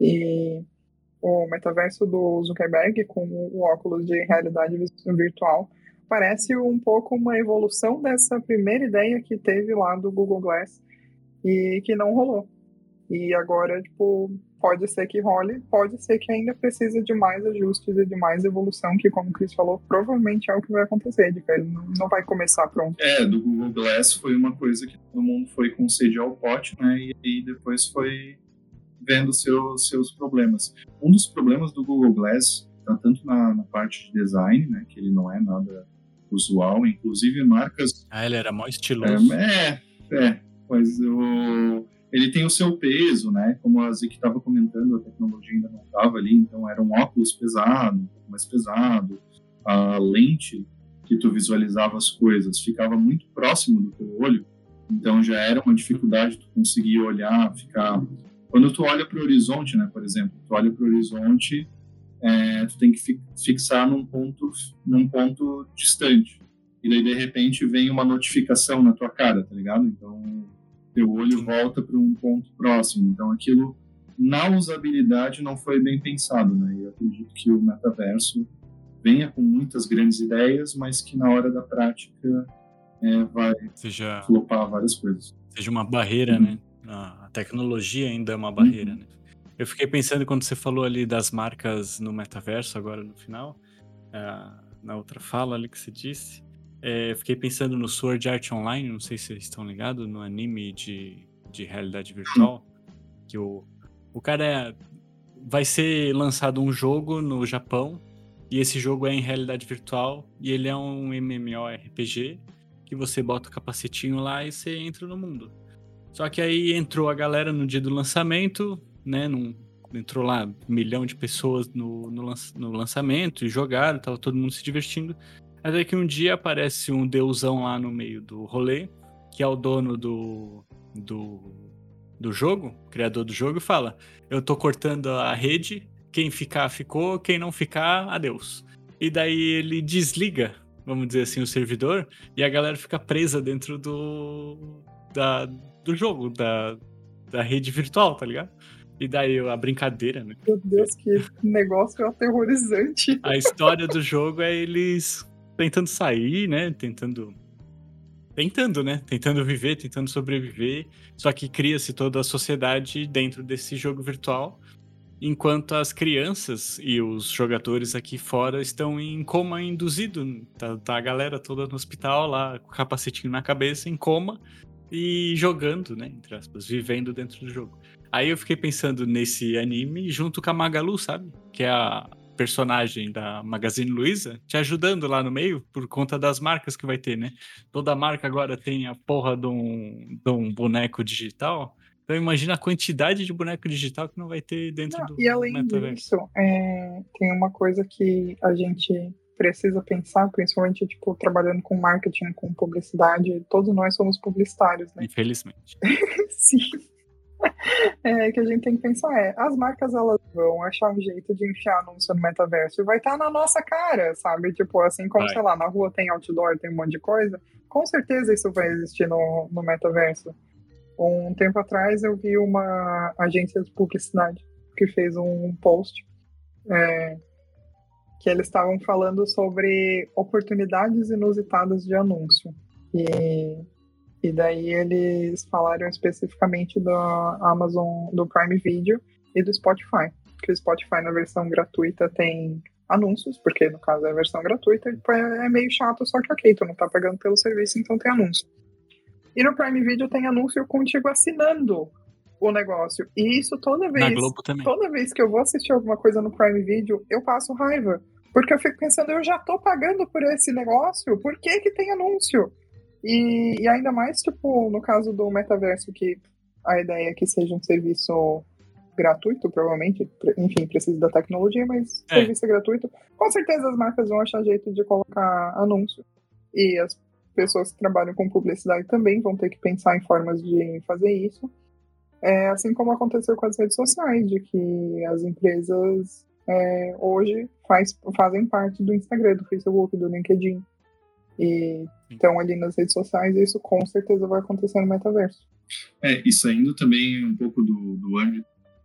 E o metaverso do Zuckerberg, com o óculos de realidade virtual, parece um pouco uma evolução dessa primeira ideia que teve lá do Google Glass e que não rolou. E agora, tipo, pode ser que role, pode ser que ainda precise de mais ajustes e de mais evolução, que, como o Chris falou, provavelmente é o que vai acontecer, de que ele não vai começar pronto. É, do Google Glass foi uma coisa que todo mundo foi com sede ao pote, né, e aí depois foi vendo seus, seus problemas. Um dos problemas do Google Glass está tanto na, na parte de design, né, que ele não é nada usual, inclusive marcas... Ah, ele era mó estiloso. É, é, é mas o... ele tem o seu peso, né? Como a Zik estava comentando, a tecnologia ainda não estava ali, então era um óculos pesado, um pouco mais pesado. A lente que tu visualizava as coisas ficava muito próximo do teu olho, então já era uma dificuldade tu conseguir olhar, ficar... Quando tu olha para o horizonte, né, por exemplo, tu olha para o horizonte, é, tu tem que fi- fixar num ponto, num ponto distante. E daí, de repente, vem uma notificação na tua cara, tá ligado? Então... teu olho volta para um ponto próximo. Então, aquilo, na usabilidade, não foi bem pensado, né? E eu acredito que o metaverso venha com muitas grandes ideias, mas que na hora da prática é, vai seja, flopar várias coisas. Seja uma barreira, uhum. né? A tecnologia ainda é uma barreira, uhum. né? Eu fiquei pensando, quando você falou ali das marcas no metaverso, agora no final, uh, na outra fala ali que você disse, É, fiquei pensando no Sword Art Online, não sei se vocês estão ligados, no anime de, de realidade virtual, que o, o cara é, vai ser lançado um jogo no Japão, e esse jogo é em realidade virtual, e ele é um MMORPG, que você bota o capacetinho lá e você entra no mundo. Só que aí entrou a galera no dia do lançamento, né, num, entrou lá um milhão de pessoas no, no, lanç, no lançamento, e jogaram, tava todo mundo se divertindo. Até que um dia aparece um deusão lá no meio do rolê, que é o dono do, do, do jogo, criador do jogo, e fala: eu tô cortando a rede, quem ficar, ficou, quem não ficar, adeus. E daí ele desliga, vamos dizer assim, o servidor, e a galera fica presa dentro do, da, do jogo, da, da rede virtual, tá ligado? E daí a brincadeira, né? Meu Deus, que negócio aterrorizante. A história do jogo é eles tentando sair, né? Tentando... Tentando, né? Tentando viver, tentando sobreviver. Só que cria-se toda a sociedade dentro desse jogo virtual, enquanto as crianças e os jogadores aqui fora estão em coma induzido. Tá, tá a galera toda no hospital lá, com o capacetinho na cabeça, em coma, e jogando, né? Entre aspas, vivendo dentro do jogo. Aí eu fiquei pensando nesse anime junto com a Magalu, sabe? Que é a personagem da Magazine Luiza, te ajudando lá no meio por conta das marcas que vai ter, né? Toda marca agora tem a porra de um, de um boneco digital. Então imagina a quantidade de boneco digital que não vai ter dentro Não, do e além metaverso. disso, é, tem uma coisa que a gente precisa pensar, principalmente tipo, trabalhando com marketing, com publicidade. Todos nós somos publicitários, né? Infelizmente. Sim. É, que a gente tem que pensar é, as marcas elas vão achar um jeito de enfiar anúncio no metaverso e vai estar na nossa cara, sabe? Tipo, assim como, Vai. sei lá, na rua tem outdoor, tem um monte de coisa, com certeza isso vai existir no, no metaverso. Um tempo atrás eu vi uma agência de publicidade que fez um post é, que eles estavam falando sobre oportunidades inusitadas de anúncio. E E daí eles falaram especificamente da Amazon, do Prime Video e do Spotify. Que o Spotify, na versão gratuita, tem anúncios, porque no caso é a versão gratuita, é meio chato, só que ok, tu não tá pagando pelo serviço, então tem anúncio. E no Prime Video tem anúncio contigo assinando o negócio. E isso toda vez, Na Globo também. toda vez que eu vou assistir alguma coisa no Prime Video, eu passo raiva. Porque eu fico pensando, eu já tô pagando por esse negócio, por que que tem anúncio? E, e ainda mais, tipo, no caso do metaverso, que a ideia é que seja um serviço gratuito, provavelmente, enfim, precisa da tecnologia, mas É. serviço é gratuito. Com certeza as marcas vão achar jeito de colocar anúncio. E as pessoas que trabalham com publicidade também vão ter que pensar em formas de fazer isso. É, assim como aconteceu com as redes sociais, de que as empresas é, hoje faz, fazem parte do Instagram, do Facebook, do LinkedIn. E estão ali nas redes sociais, e isso com certeza vai acontecer no metaverso. É, e saindo também um pouco do, do âmbito,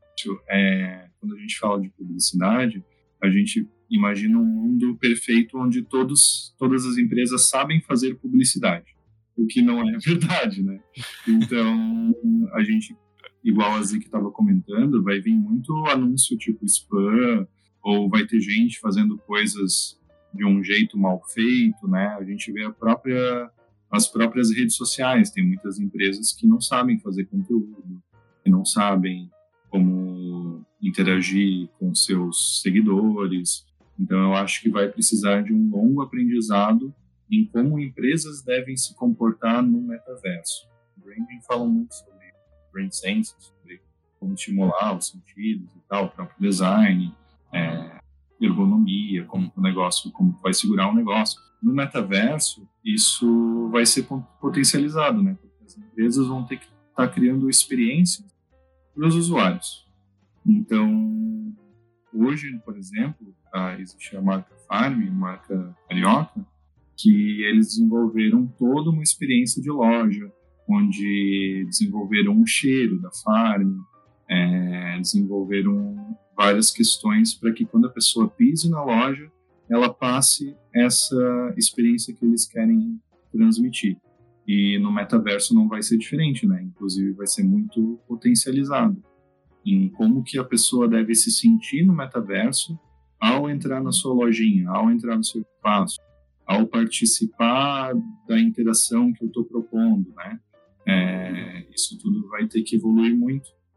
é, quando a gente fala de publicidade, a gente imagina um mundo perfeito onde todos, todas as empresas sabem fazer publicidade, o que não é verdade, né? Então, a gente, igual a Zik estava comentando, vai vir muito anúncio tipo spam, ou vai ter gente fazendo coisas de um jeito mal feito, né? A gente vê a própria, as próprias redes sociais. Tem muitas empresas que não sabem fazer conteúdo, que não sabem como interagir com seus seguidores. Então, eu acho que vai precisar de um longo aprendizado em como empresas devem se comportar no metaverso. O branding fala muito sobre brand sense, sobre como estimular os sentidos e tal, o próprio design, é, ergonomia, como o negócio, como vai segurar o negócio. No metaverso, isso vai ser potencializado, né? Porque as empresas vão ter que estar criando experiências para os usuários. Então, hoje, por exemplo, tá, existe a marca Farm, a marca Carioca, que eles desenvolveram toda uma experiência de loja, onde desenvolveram um cheiro da Farm, é, desenvolveram várias questões para que quando a pessoa pise na loja, ela passe essa experiência que eles querem transmitir. E no metaverso não vai ser diferente, né? Inclusive vai ser muito potencializado em como que a pessoa deve se sentir no metaverso ao entrar na sua lojinha, ao entrar no seu espaço, ao participar da interação que eu estou propondo, né? É, isso tudo vai ter que evoluir muito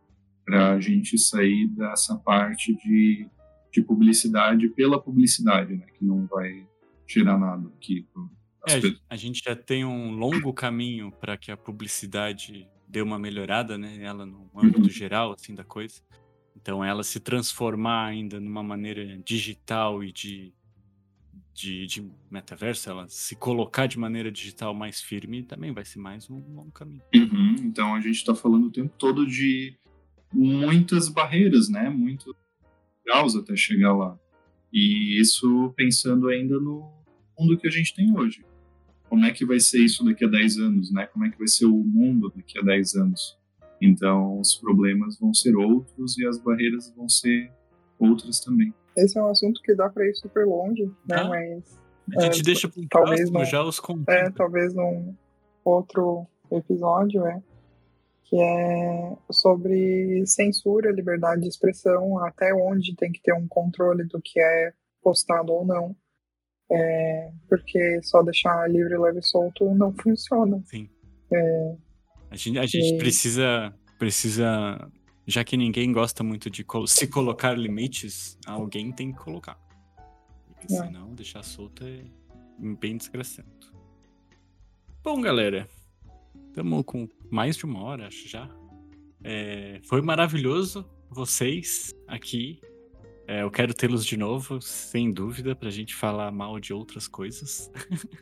para a gente sair dessa parte de, de publicidade pela publicidade, né? Que não vai gerar nada aqui. É, a gente já tem um longo caminho para que a publicidade dê uma melhorada, né? Ela no âmbito uhum. geral, assim, da coisa. Então, ela se transformar ainda numa maneira digital e de, de, de metaverso, ela se colocar de maneira digital mais firme, também vai ser mais um longo caminho. Uhum. Então, a gente está falando o tempo todo de muitas barreiras, né? Muitos graus até chegar lá. E isso pensando ainda no mundo que a gente tem hoje. Como é que vai ser isso daqui a dez anos, né? Como é que vai ser o mundo daqui a dez anos? Então, os problemas vão ser outros e as barreiras vão ser outras também. Esse é um assunto que dá para ir super longe, né? Ah, Mas a gente é, deixa para o próximo já os conteúdos. É, talvez num outro episódio, é, que é sobre censura, liberdade de expressão, até onde tem que ter um controle do que é postado ou não. É, porque só deixar livre, leve e solto não funciona. Sim. É, a gente, a gente e... precisa, precisa, já que ninguém gosta muito de se colocar limites, alguém tem que colocar. Porque é. senão deixar solto é bem desgracento. Bom, galera, estamos com mais de uma hora, acho já. É, foi maravilhoso vocês aqui. É, eu quero tê-los de novo, sem dúvida, pra gente falar mal de outras coisas.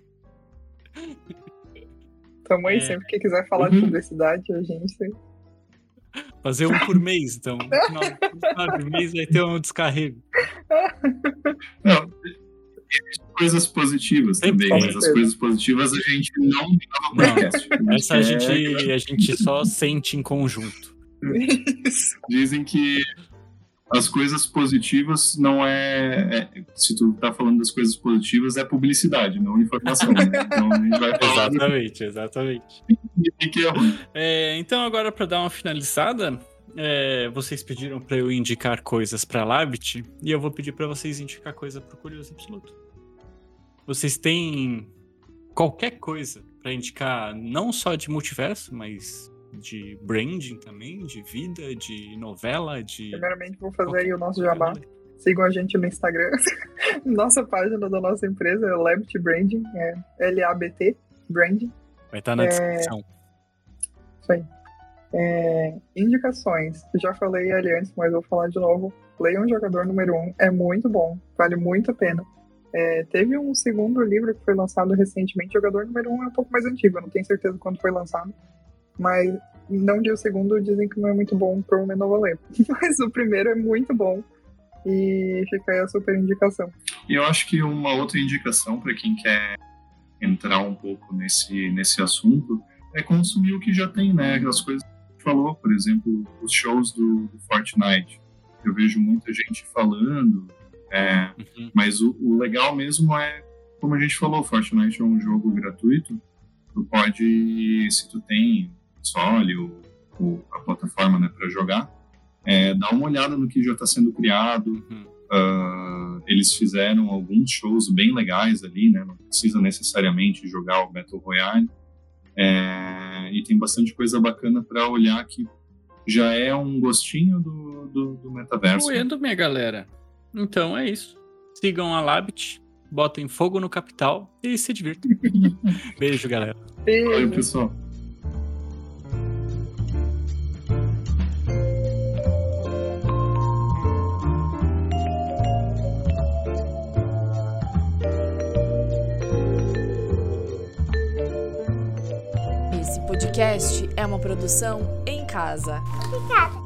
Tamo aí, é... sempre que quiser falar uhum. de publicidade, a gente... Fazer um por mês, então. No final, no final do mês vai ter um descarrego. Não, coisas positivas sempre também, mas as coisas positivas a gente não grava podcast. Não, essa a gente, a gente só sente em conjunto. Isso. Dizem que as coisas positivas não é, é... Se tu tá falando das coisas positivas, é publicidade, não informação, né? Então a gente vai falar... Exatamente, exatamente. E que é ruim. É, então agora, para dar uma finalizada, é, vocês pediram para eu indicar coisas para Labit, e eu vou pedir para vocês indicar coisa pro Curioso Absoluto. Vocês têm qualquer coisa para indicar, não só de multiverso, mas... de branding também, de vida, de novela, de... Primeiramente vou fazer aí o nosso jabá. Sigam a gente no Instagram. Nossa página da nossa empresa é Labit Branding, é L A B T Branding. Vai estar na é... descrição. Isso aí. É... Indicações. Já falei ali antes, mas vou falar de novo. Leiam Jogador Número um. É muito bom. Vale muito a pena. É... Teve um segundo livro que foi lançado recentemente. Jogador Número um é um pouco mais antigo. Eu não tenho certeza quando foi lançado. Mas não de o segundo, dizem que não é muito bom, provavelmente não vou ler. Mas o primeiro é muito bom. E fica aí a super indicação. E eu acho que uma outra indicação para quem quer entrar um pouco nesse, nesse assunto é consumir o que já tem, né? As coisas que a gente falou, por exemplo, os shows do, do Fortnite. Eu vejo muita gente falando, é, uhum. mas o, o legal mesmo é, como a gente falou, Fortnite é um jogo gratuito. Tu pode, se tu tem console ou, ou a plataforma, né, para jogar, é, dá uma olhada no que já está sendo criado. Uhum. Uh, eles fizeram alguns shows bem legais ali, né? Não precisa necessariamente jogar o Battle Royale. É, e tem bastante coisa bacana para olhar que já é um gostinho do, do, do metaverso. Oendo, minha galera. Então é isso. Sigam a Labit, botem fogo no capital e se divirtam. Beijo, galera. Beijo. Valeu, pessoal. Esse podcast é uma produção em casa. Em casa.